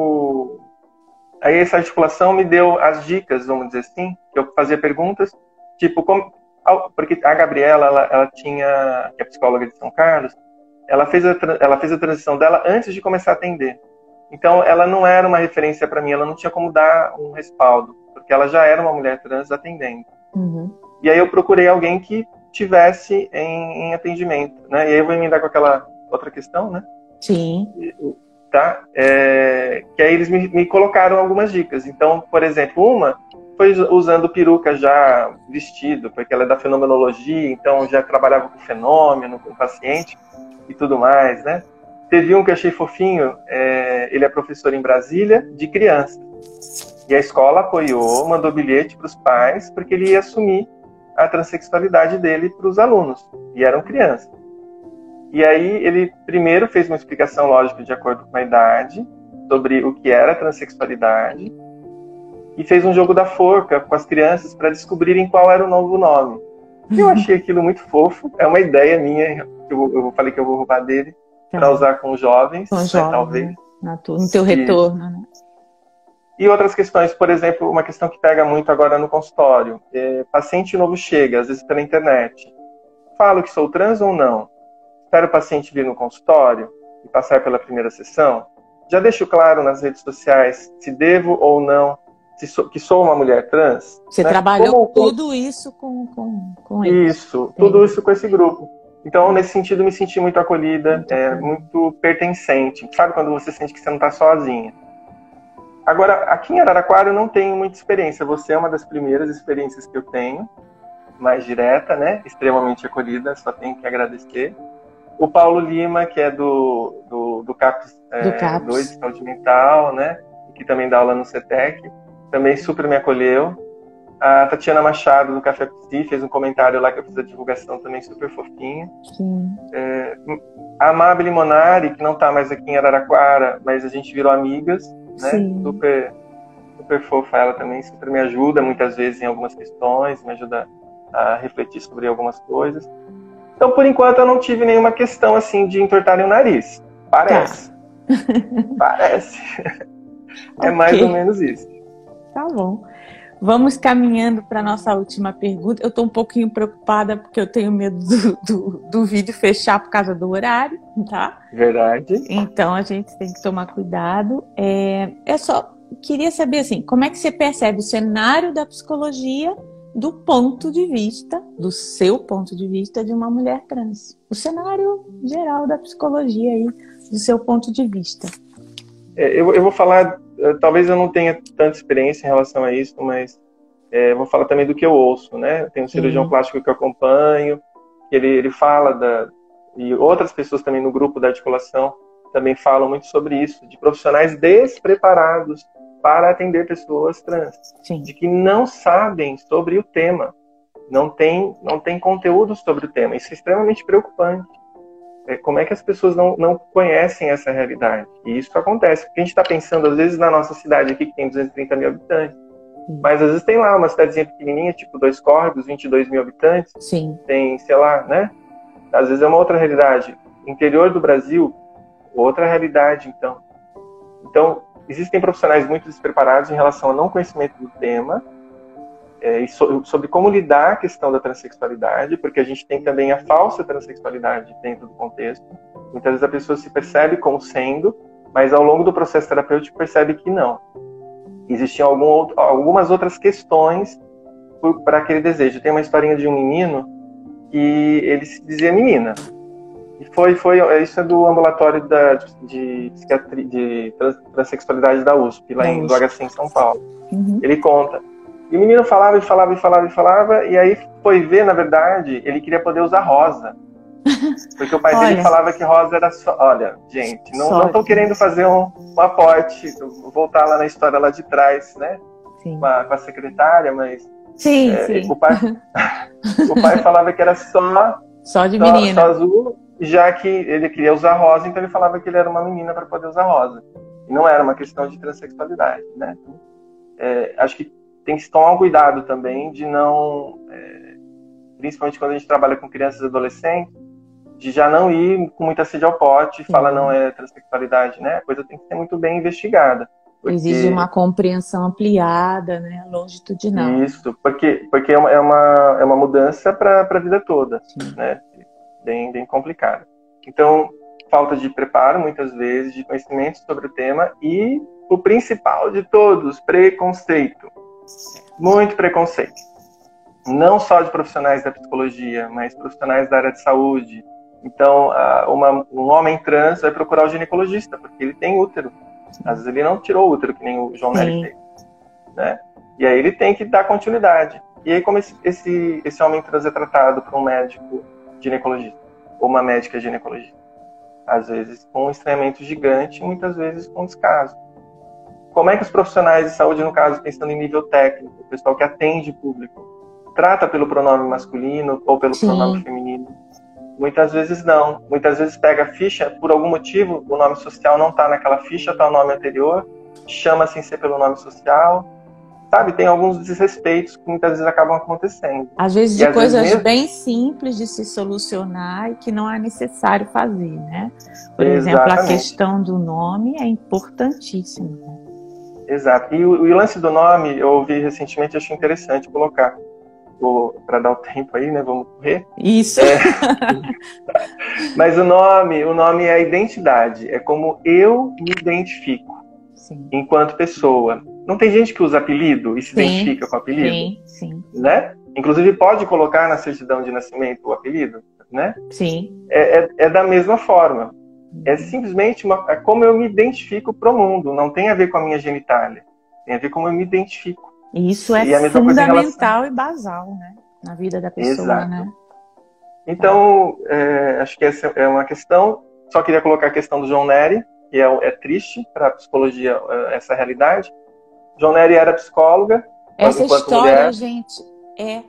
essa articulação me deu as dicas, vamos dizer assim, que eu fazia perguntas, tipo, porque a Gabriela, ela tinha, que é psicóloga de São Carlos, ela fez a transição dela antes de começar a atender. Então, ela não era uma referência para mim, ela não tinha como dar um respaldo, porque ela já era uma mulher trans atendendo. Uhum. E aí eu procurei alguém que tivesse em atendimento, né? E aí eu vou emendar com aquela outra questão, né? Sim. Tá? Que aí eles me colocaram algumas dicas. Então, por exemplo, uma foi usando peruca já vestido, porque ela é da fenomenologia, então já trabalhava com fenômeno, com paciente e tudo mais, né? Teve um que eu achei fofinho, ele é professor em Brasília, de criança. E a escola apoiou, mandou bilhete para os pais, porque ele ia assumir a transexualidade dele para os alunos, e eram crianças. E aí ele primeiro fez uma explicação lógica de acordo com a idade, sobre o que era a transexualidade, e fez um jogo da forca com as crianças para descobrirem qual era o novo nome. E eu achei aquilo muito fofo, é uma ideia minha, eu falei que eu vou roubar dele, para usar com os jovens, talvez. No teu retorno, né? E outras questões, por exemplo, uma questão que pega muito agora no consultório. Paciente novo chega, às vezes pela internet. Falo que sou trans ou não? Espero o paciente vir no consultório e passar pela primeira sessão. Já deixo claro nas redes sociais se devo ou não, que sou uma mulher trans. Você trabalhou tudo isso com eles. Isso, tudo isso com esse grupo. Então, nesse sentido, me senti muito acolhida, muito pertencente. Sabe quando você sente que você não está sozinha? Agora, aqui em Araraquara eu não tenho muita experiência. Você é uma das primeiras experiências que eu tenho, mais direta, né? Extremamente acolhida, só tenho que agradecer. O Paulo Lima, que é do CAPS 2 de Saúde Mental, né? Que também dá aula no CETEC, também super me acolheu. A Tatiana Machado, do Café Psi, fez um comentário lá que eu fiz a divulgação, também super fofinha. Sim. A Amabile Monari, que não está mais aqui em Araraquara, mas a gente virou amigas, né? Super, super fofa ela também, super me ajuda muitas vezes em algumas questões, me ajuda a refletir sobre algumas coisas. Então, por enquanto, eu não tive nenhuma questão assim de entortarem o nariz. Parece. Parece. É mais ou menos isso. Tá bom. Vamos caminhando para a nossa última pergunta. Eu estou um pouquinho preocupada porque eu tenho medo do vídeo fechar por causa do horário, tá? Verdade. Então a gente tem que tomar cuidado. Queria saber assim, como é que você percebe o cenário da psicologia do ponto de vista, do seu ponto de vista de uma mulher trans? O cenário geral da psicologia aí, do seu ponto de vista. Eu vou falar talvez eu não tenha tanta experiência em relação a isso, mas vou falar também do que eu ouço, né? Tem um cirurgião plástico que eu acompanho, ele fala e outras pessoas também no grupo da articulação também falam muito sobre isso, de profissionais despreparados para atender pessoas trans, de que não sabem sobre o tema, não tem conteúdo sobre o tema. Isso é extremamente preocupante. Como é que as pessoas não conhecem essa realidade? E isso acontece, porque a gente está pensando, às vezes, na nossa cidade aqui, que tem 230 mil habitantes, mas às vezes tem lá uma cidadezinha pequenininha, tipo Dois Córregos, 22 mil habitantes, tem, sei lá, né? Às vezes é uma outra realidade. Interior do Brasil, outra realidade, então. Então, existem profissionais muito despreparados em relação ao não conhecimento do tema, e sobre como lidar a questão da transexualidade, porque a gente tem também a falsa transexualidade dentro do contexto. Muitas vezes a pessoa se percebe como sendo, mas ao longo do processo terapêutico percebe que não. Existiam algumas outras questões para aquele desejo. Tem uma historinha de um menino que ele se dizia menina. E isso é do ambulatório de transexualidade da USP, lá do HC em São Paulo. Ele conta. E o menino falava, e aí foi ver, na verdade, ele queria poder usar rosa. Porque o pai dele falava que rosa era só... Olha, gente, não estou querendo fazer um aporte, voltar lá na história lá de trás, né? Com a secretária, mas... Sim. O pai falava que era só de menina. Só azul, já que ele queria usar rosa, então ele falava que ele era uma menina para poder usar rosa. E não era uma questão de transexualidade, né? Acho que tem que tomar um cuidado também de não, principalmente quando a gente trabalha com crianças e adolescentes, de já não ir com muita sede ao pote e falar não é transexualidade, né? A coisa tem que ser muito bem investigada. Porque... Exige uma compreensão ampliada, né? Longitudinal. Isso, porque é uma mudança para a vida toda, né? Bem complicada. Então, falta de preparo, muitas vezes, de conhecimento sobre o tema e o principal de todos, preconceito. Muito preconceito. Não só de profissionais da psicologia, mas profissionais da área de saúde. Então, um homem trans vai procurar o ginecologista, porque ele tem útero. Às vezes ele não tirou o útero, que nem o João Nery fez. Né? E aí ele tem que dar continuidade. E aí como esse homem trans é tratado por um médico ginecologista, ou uma médica ginecologista? Às vezes com um estranhamento gigante, muitas vezes com descaso. Como é que os profissionais de saúde, no caso, pensando em nível técnico, o pessoal que atende público, trata pelo pronome masculino ou pelo pronome feminino? Muitas vezes não. Muitas vezes pega a ficha, por algum motivo, o nome social não está naquela ficha, está o nome anterior, chama sem ser pelo nome social. Sabe, tem alguns desrespeitos que muitas vezes acabam acontecendo. Às vezes de coisas bem simples de se solucionar e que não é necessário fazer, né? Por exemplo, a questão do nome é importantíssima. Né? Exato. E o lance do nome, eu ouvi recentemente, achei interessante colocar. Para dar o tempo aí, né? Vamos correr. Isso. Mas o nome é a identidade. É como eu me identifico enquanto pessoa. Não tem gente que usa apelido e se identifica com o apelido? Sim. Né? Inclusive pode colocar na certidão de nascimento o apelido, né? Sim. É da mesma forma. É simplesmente como eu me identifico pro mundo. Não tem a ver com a minha genitália. Tem a ver como eu me identifico. Isso é fundamental e basal, né? Na vida da pessoa, Exato. Né? Então, acho que essa é uma questão. Só queria colocar a questão do João Nery, que é triste para a psicologia essa realidade. João Nery era psicóloga. Essa história, mulher. Gente, é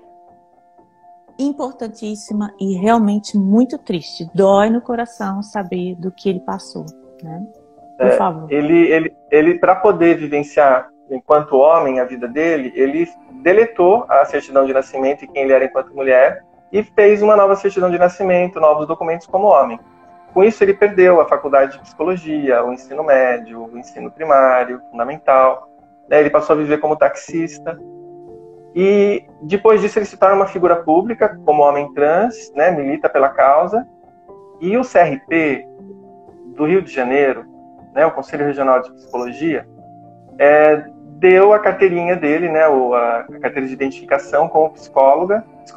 importantíssima e realmente muito triste. Dói no coração saber do que ele passou, né? Por favor. Ele para poder vivenciar enquanto homem a vida dele, ele deletou a certidão de nascimento e quem ele era enquanto mulher e fez uma nova certidão de nascimento, novos documentos como homem. Com isso ele perdeu a faculdade de psicologia, o ensino médio, o ensino primário, fundamental. Ele passou a viver como taxista. E depois disso ele se torna uma figura pública como homem trans, né, milita pela causa. E o CRP do Rio de Janeiro, né, o Conselho Regional de Psicologia, deu a carteirinha dele, né, a carteira de identificação como psicólogo,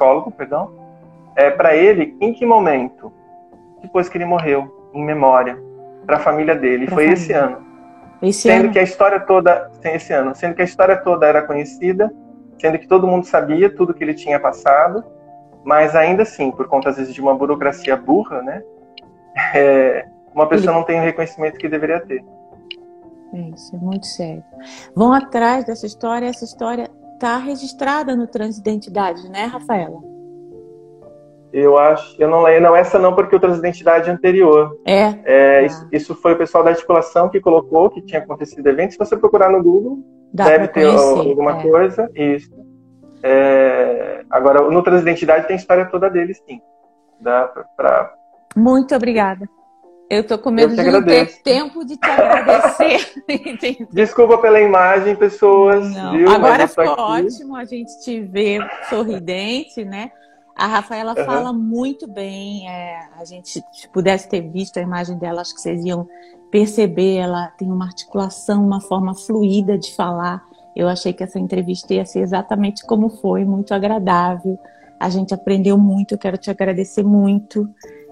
para ele, em que momento? Depois que ele morreu, em memória, para a família dele. Foi esse ano. Sendo que a história toda, esse ano, sendo que a história toda era conhecida, sendo que todo mundo sabia tudo que ele tinha passado, mas ainda assim, por conta às vezes de uma burocracia burra, né? Uma pessoa não tem o reconhecimento que deveria ter. Isso é muito sério. Vão atrás dessa história, essa história está registrada no Transidentidade, né, Rafaela? Eu não, essa não, porque o Transidentidade é anterior. Isso foi o pessoal da articulação que colocou, que tinha acontecido evento. Se você procurar no Google, deve ter alguma coisa. Isso. Agora, no Transidentidade tem a história toda dele, sim. Muito obrigada. Eu estou com medo de não ter tempo de te agradecer. Desculpa pela imagem, pessoas. Viu? Agora ficou ótimo a gente te ver sorridente, né? A Rafaela fala muito bem. A gente, se pudesse ter visto a imagem dela, acho que vocês iam perceber. Ela tem uma articulação, uma forma fluida de falar. Eu achei que essa entrevista ia ser exatamente como foi, muito agradável. A gente aprendeu muito, eu quero te agradecer muito.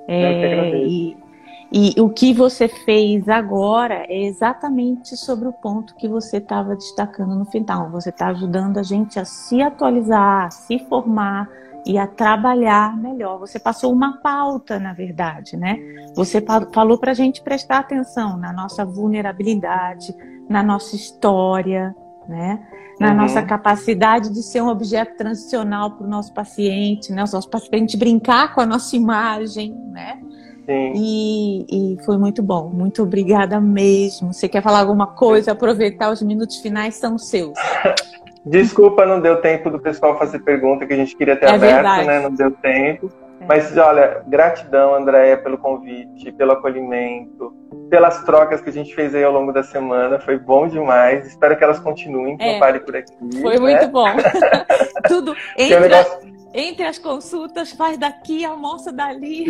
E o que você fez agora é exatamente sobre o ponto que você estava destacando no final. Você está ajudando a gente a se atualizar, a se formar e a trabalhar melhor. Você passou uma pauta, na verdade, né? Você falou para a gente prestar atenção na nossa vulnerabilidade, na nossa história, né? Na nossa capacidade de ser um objeto transicional para o nosso paciente, né? O nosso paciente brincar com a nossa imagem, né? Sim. E foi muito bom. Muito obrigada mesmo. Você quer falar alguma coisa? Aproveitar os minutos finais são seus. Desculpa, não deu tempo do pessoal fazer pergunta que a gente queria ter aberto, verdade. Né? Não deu tempo. Mas, olha, gratidão, Andréia, pelo convite, pelo acolhimento, pelas trocas que a gente fez aí ao longo da semana. Foi bom demais. Espero que elas continuem, que não pare por aqui. Foi muito bom. Tudo entre as consultas, faz daqui, almoça dali.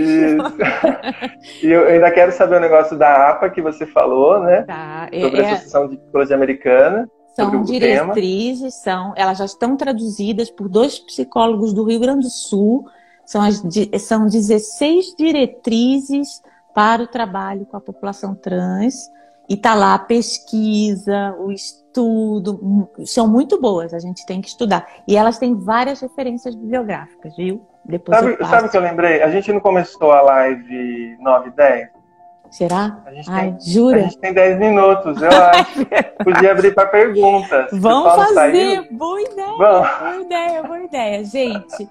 Isso. E eu ainda quero saber o negócio da APA que você falou, né? Sobre a Associação de Psicologia Americana. São diretrizes, elas já estão traduzidas por 2 psicólogos do Rio Grande do Sul. São 16 diretrizes para o trabalho com a população trans. E está lá a pesquisa, o estudo, são muito boas, a gente tem que estudar. E elas têm várias referências bibliográficas, viu? Depois sabe o que eu lembrei? A gente não começou a live 9 e 10? Será? Jura? A gente tem 10 minutos, eu acho. Podia abrir para perguntas. Vamos fazer! Boa ideia! Boa ideia, gente.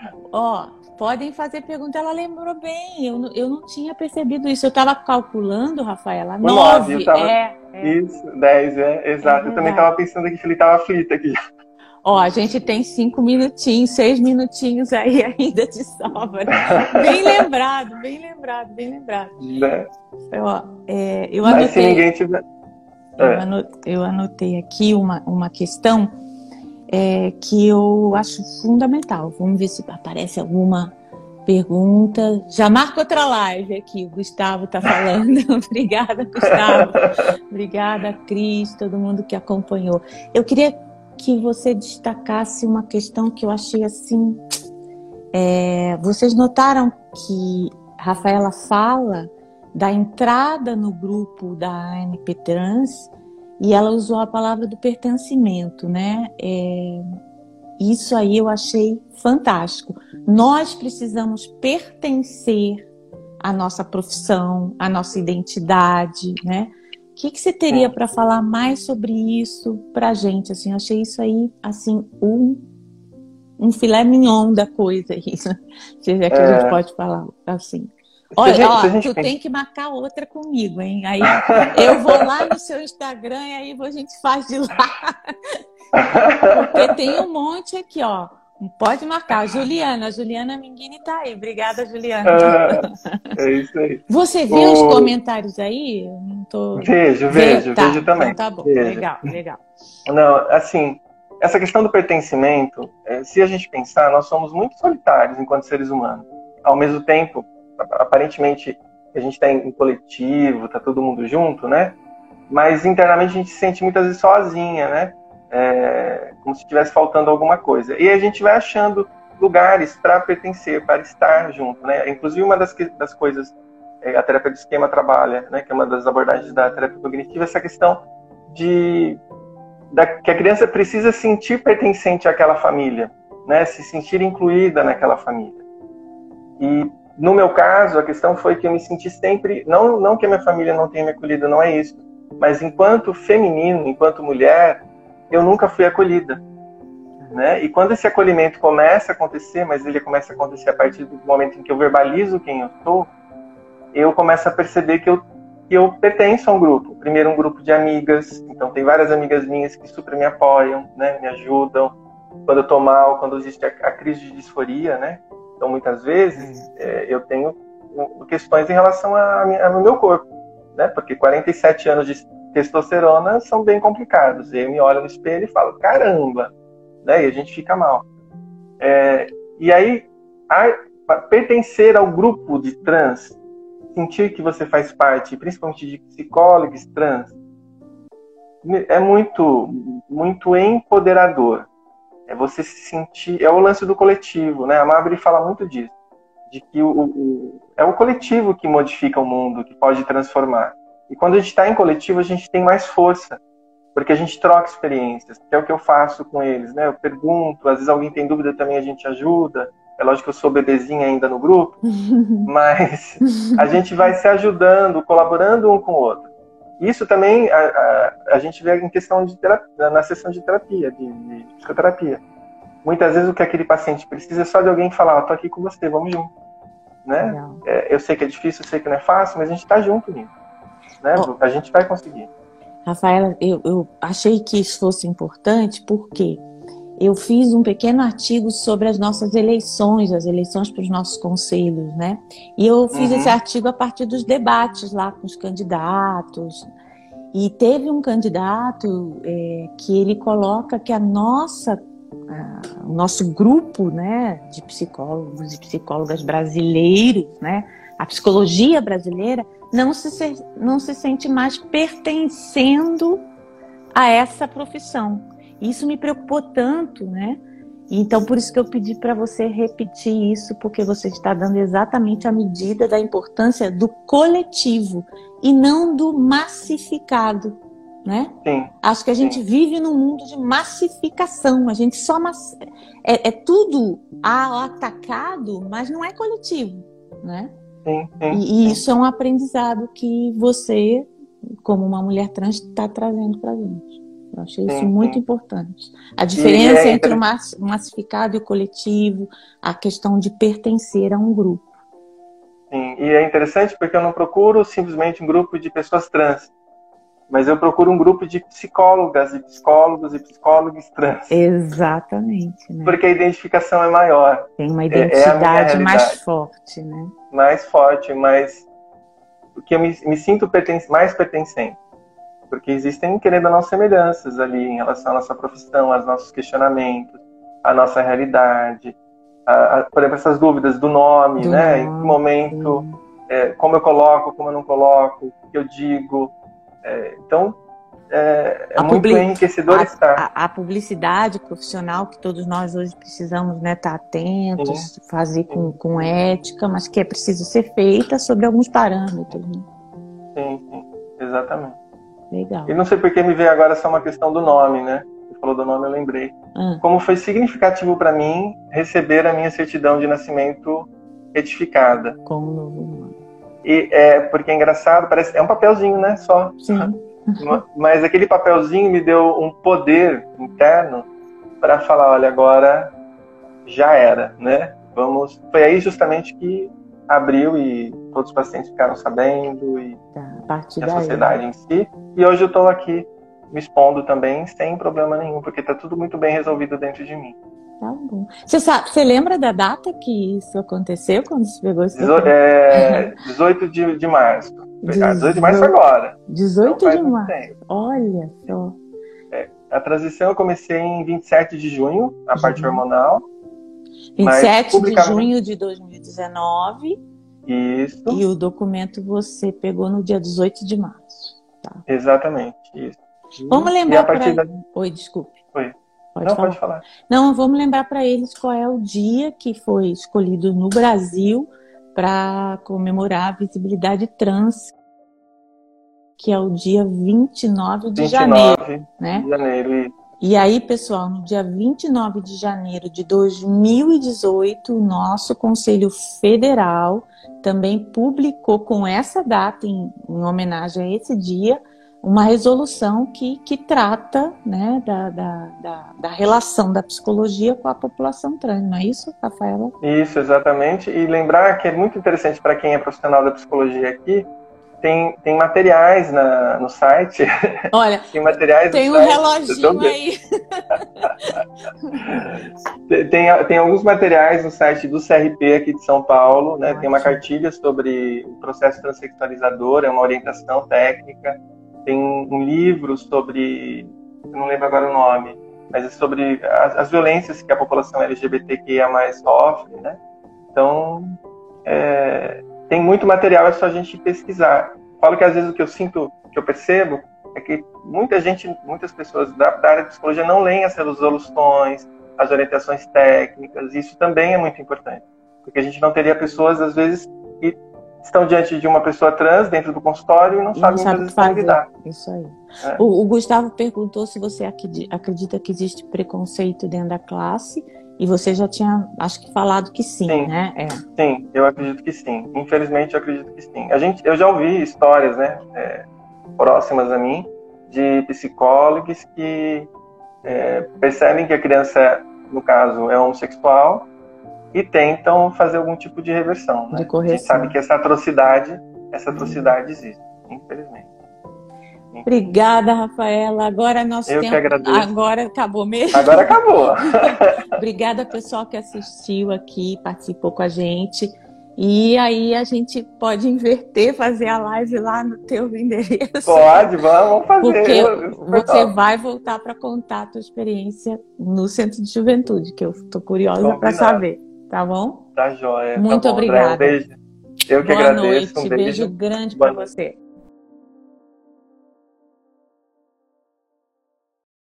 Podem fazer pergunta, ela lembrou bem. Eu não tinha percebido isso. Eu estava calculando, Rafaela, 9. Isso, 10, exato. Eu também estava pensando aqui, falei, estava aflita aqui. A gente tem 5 minutinhos, 6 minutinhos aí ainda de sobra. Bem lembrado. Né? Eu Mas anotei, se ninguém tiver... eu anotei aqui uma questão que eu acho fundamental. Vamos ver se aparece alguma pergunta. Já marca outra live aqui, o Gustavo está falando. Obrigada, Gustavo. Obrigada, Cris, todo mundo que acompanhou. Eu queria que você destacasse uma questão que eu achei assim... vocês notaram que Rafaela fala da entrada no grupo da ANP Trans e ela usou a palavra do pertencimento, né? Isso aí eu achei fantástico. Nós precisamos pertencer à nossa profissão, à nossa identidade, né? O que você teria para falar mais sobre isso pra gente? Assim, eu achei isso aí, assim, um filé mignon da coisa. Isso. Se é que a gente pode falar assim. Olha, tu tem que marcar outra comigo, hein? Aí eu vou lá no seu Instagram e aí a gente faz de lá. Porque tem um monte aqui, Pode marcar. A Juliana Minghini tá aí. Obrigada, Juliana. É isso aí. Você viu os comentários aí? Eu não tô... Vejo também. Então tá bom, vejo. Legal. Não, assim, essa questão do pertencimento, se a gente pensar, nós somos muito solitários enquanto seres humanos. Ao mesmo tempo, aparentemente, a gente está em coletivo, tá todo mundo junto, né? Mas internamente a gente se sente muitas vezes sozinha, né? Como se estivesse faltando alguma coisa. E a gente vai achando lugares para pertencer, para estar junto, né? Inclusive, uma das coisas a terapia do esquema trabalha, né? Que é uma das abordagens da terapia cognitiva, essa questão que a criança precisa sentir pertencente àquela família, né? Se sentir incluída naquela família. E no meu caso, a questão foi que eu me senti sempre, não que a minha família não tenha me acolhido, não é isso, mas enquanto feminino, enquanto mulher, eu nunca fui acolhida, né? E quando esse acolhimento começa a acontecer, mas ele começa a acontecer a partir do momento em que eu verbalizo quem eu sou, eu começo a perceber que eu pertenço a um grupo. Primeiro, um grupo de amigas. Então, tem várias amigas minhas que super me apoiam, né? Me ajudam. Quando eu tô mal, quando existe a crise de disforia, né? Então, muitas vezes, eu tenho questões em relação ao meu corpo, né? Porque 47 anos de testosterona são bem complicados. Eu me olho no espelho e falo, caramba! Né? E a gente fica mal. E aí, pertencer ao grupo de trans, sentir que você faz parte, principalmente de psicólogos trans, é muito, muito empoderador. É você se sentir... É o lance do coletivo, né? A Mabry fala muito disso. De que é o coletivo que modifica o mundo, que pode transformar. E quando a gente está em coletivo, a gente tem mais força. Porque a gente troca experiências, que é o que eu faço com eles, né? Eu pergunto, às vezes alguém tem dúvida também, a gente ajuda. É lógico que eu sou bebezinha ainda no grupo, mas a gente vai se ajudando, colaborando um com o outro. Isso também a gente vê em questão de terapia, na sessão de terapia, de psicoterapia. Muitas vezes o que aquele paciente precisa é só de alguém falar, tô aqui com você, vamos junto. Né? Eu sei que é difícil, eu sei que não é fácil, mas a gente está junto nisso. Né? A gente vai conseguir. Rafaela, eu achei que isso fosse importante porque eu fiz um pequeno artigo sobre as nossas eleições, as eleições para os nossos conselhos, né? E eu fiz esse artigo a partir dos debates lá com os candidatos. E teve um candidato que ele coloca que o nosso grupo, né, de psicólogos e psicólogas brasileiros, né, a psicologia brasileira, não se sente mais pertencendo a essa profissão. Isso me preocupou tanto, né? Então, por isso que eu pedi para você repetir isso, porque você está dando exatamente a medida da importância do coletivo e não do massificado, né? Sim. Acho que a gente vive num mundo de massificação. A gente só é tudo atacado, mas não é coletivo, né? E isso é um aprendizado que você, como uma mulher trans, está trazendo para a gente. Eu achei isso muito importante. A diferença entre o massificado e o coletivo, a questão de pertencer a um grupo. Sim, e é interessante porque eu não procuro simplesmente um grupo de pessoas trans, mas eu procuro um grupo de psicólogas e psicólogos e psicólogos trans. Exatamente. Né? Porque a identificação é maior. Tem uma identidade mais forte, né? Mais forte, mas porque eu me sinto mais pertencente. Porque existem, querendo ou não, semelhanças ali em relação à nossa profissão, aos nossos questionamentos, à nossa realidade. Por exemplo, essas dúvidas do nome, né? Em que momento, como eu coloco, como eu não coloco, o que eu digo. Então, é muito enriquecedor estar. A publicidade profissional que todos nós hoje precisamos, né, estar atentos, fazer com ética, mas que é preciso ser feita sobre alguns parâmetros. Né? Sim, exatamente. Legal. E não sei por que me veio agora só uma questão do nome, né? Você falou do nome, eu lembrei. Como foi significativo para mim receber a minha certidão de nascimento retificada. Com o novo nome. E porque é engraçado, é um papelzinho, né? Só. Sim. Mas aquele papelzinho me deu um poder interno para falar, olha, agora já era, né? Foi aí justamente que abriu e todos os pacientes ficaram sabendo e a sociedade em si. E hoje eu estou aqui me expondo também sem problema nenhum, porque está tudo muito bem resolvido dentro de mim. Tá bom. Você lembra da data que isso aconteceu, quando você pegou esse 18 de março. 18 de março agora. 18 de março. Olha só. A transição eu comecei em 27 de junho, a parte hormonal. 27 de junho de 2019. Isso. E o documento você pegou no dia 18 de março. Tá. Exatamente, isso. Vamos lembrar Oi, desculpe. Oi. Pode falar. Não, vamos lembrar para eles qual é o dia que foi escolhido no Brasil para comemorar a visibilidade trans. que é o dia 29 de 29 janeiro, né? de janeiro. E aí, pessoal, no dia 29 de janeiro de 2018, o nosso Conselho Federal também publicou com essa data, em homenagem a esse dia, uma resolução que trata, né, da relação da psicologia com a população trans, não é isso, Rafaela? Isso, exatamente. E lembrar que é muito interessante para quem é profissional da psicologia aqui, tem materiais no site. Olha, tem materiais tem no um site. reloginho aí. Tem alguns materiais no site do CRP aqui de São Paulo, né? Ótimo. Tem uma cartilha sobre o processo transexualizador, é uma orientação técnica. Tem um livro sobre, eu não lembro agora o nome, mas é sobre as violências que a população LGBTQIA+ sofre, né? Então, tem muito material, é só a gente pesquisar. Falo que às vezes o que eu sinto, que eu percebo, é que muitas pessoas da área de psicologia não leem as resoluções, as orientações técnicas, e isso também é muito importante. Porque a gente não teria pessoas, às vezes, que estão diante de uma pessoa trans dentro do consultório e não sabem muitas vezes como lidar. Isso aí. O Gustavo perguntou se você acredita que existe preconceito dentro da classe, e você já tinha, acho que, falado que sim, né? Sim, eu acredito que sim. Infelizmente, eu acredito que sim. Eu já ouvi histórias, né, próximas a mim, de psicólogos que percebem que a criança, no caso, é homossexual e tentam fazer algum tipo de reversão, né? De correção. A gente sabe que essa atrocidade existe, infelizmente. Obrigada, Rafaela. Agora Eu que agradeço. Agora acabou mesmo? Agora acabou. Obrigada, pessoal que assistiu aqui, participou com a gente. E aí a gente pode inverter, fazer a live lá no teu endereço. Pode, vamos fazer. Porque você vai voltar para contar a tua experiência no Centro de Juventude, que eu estou curiosa para saber. Tá bom? Tá joia. Muito tá bom, obrigada. André, um beijo. Eu que Boa agradeço. Noite. Um beijo Grande para você.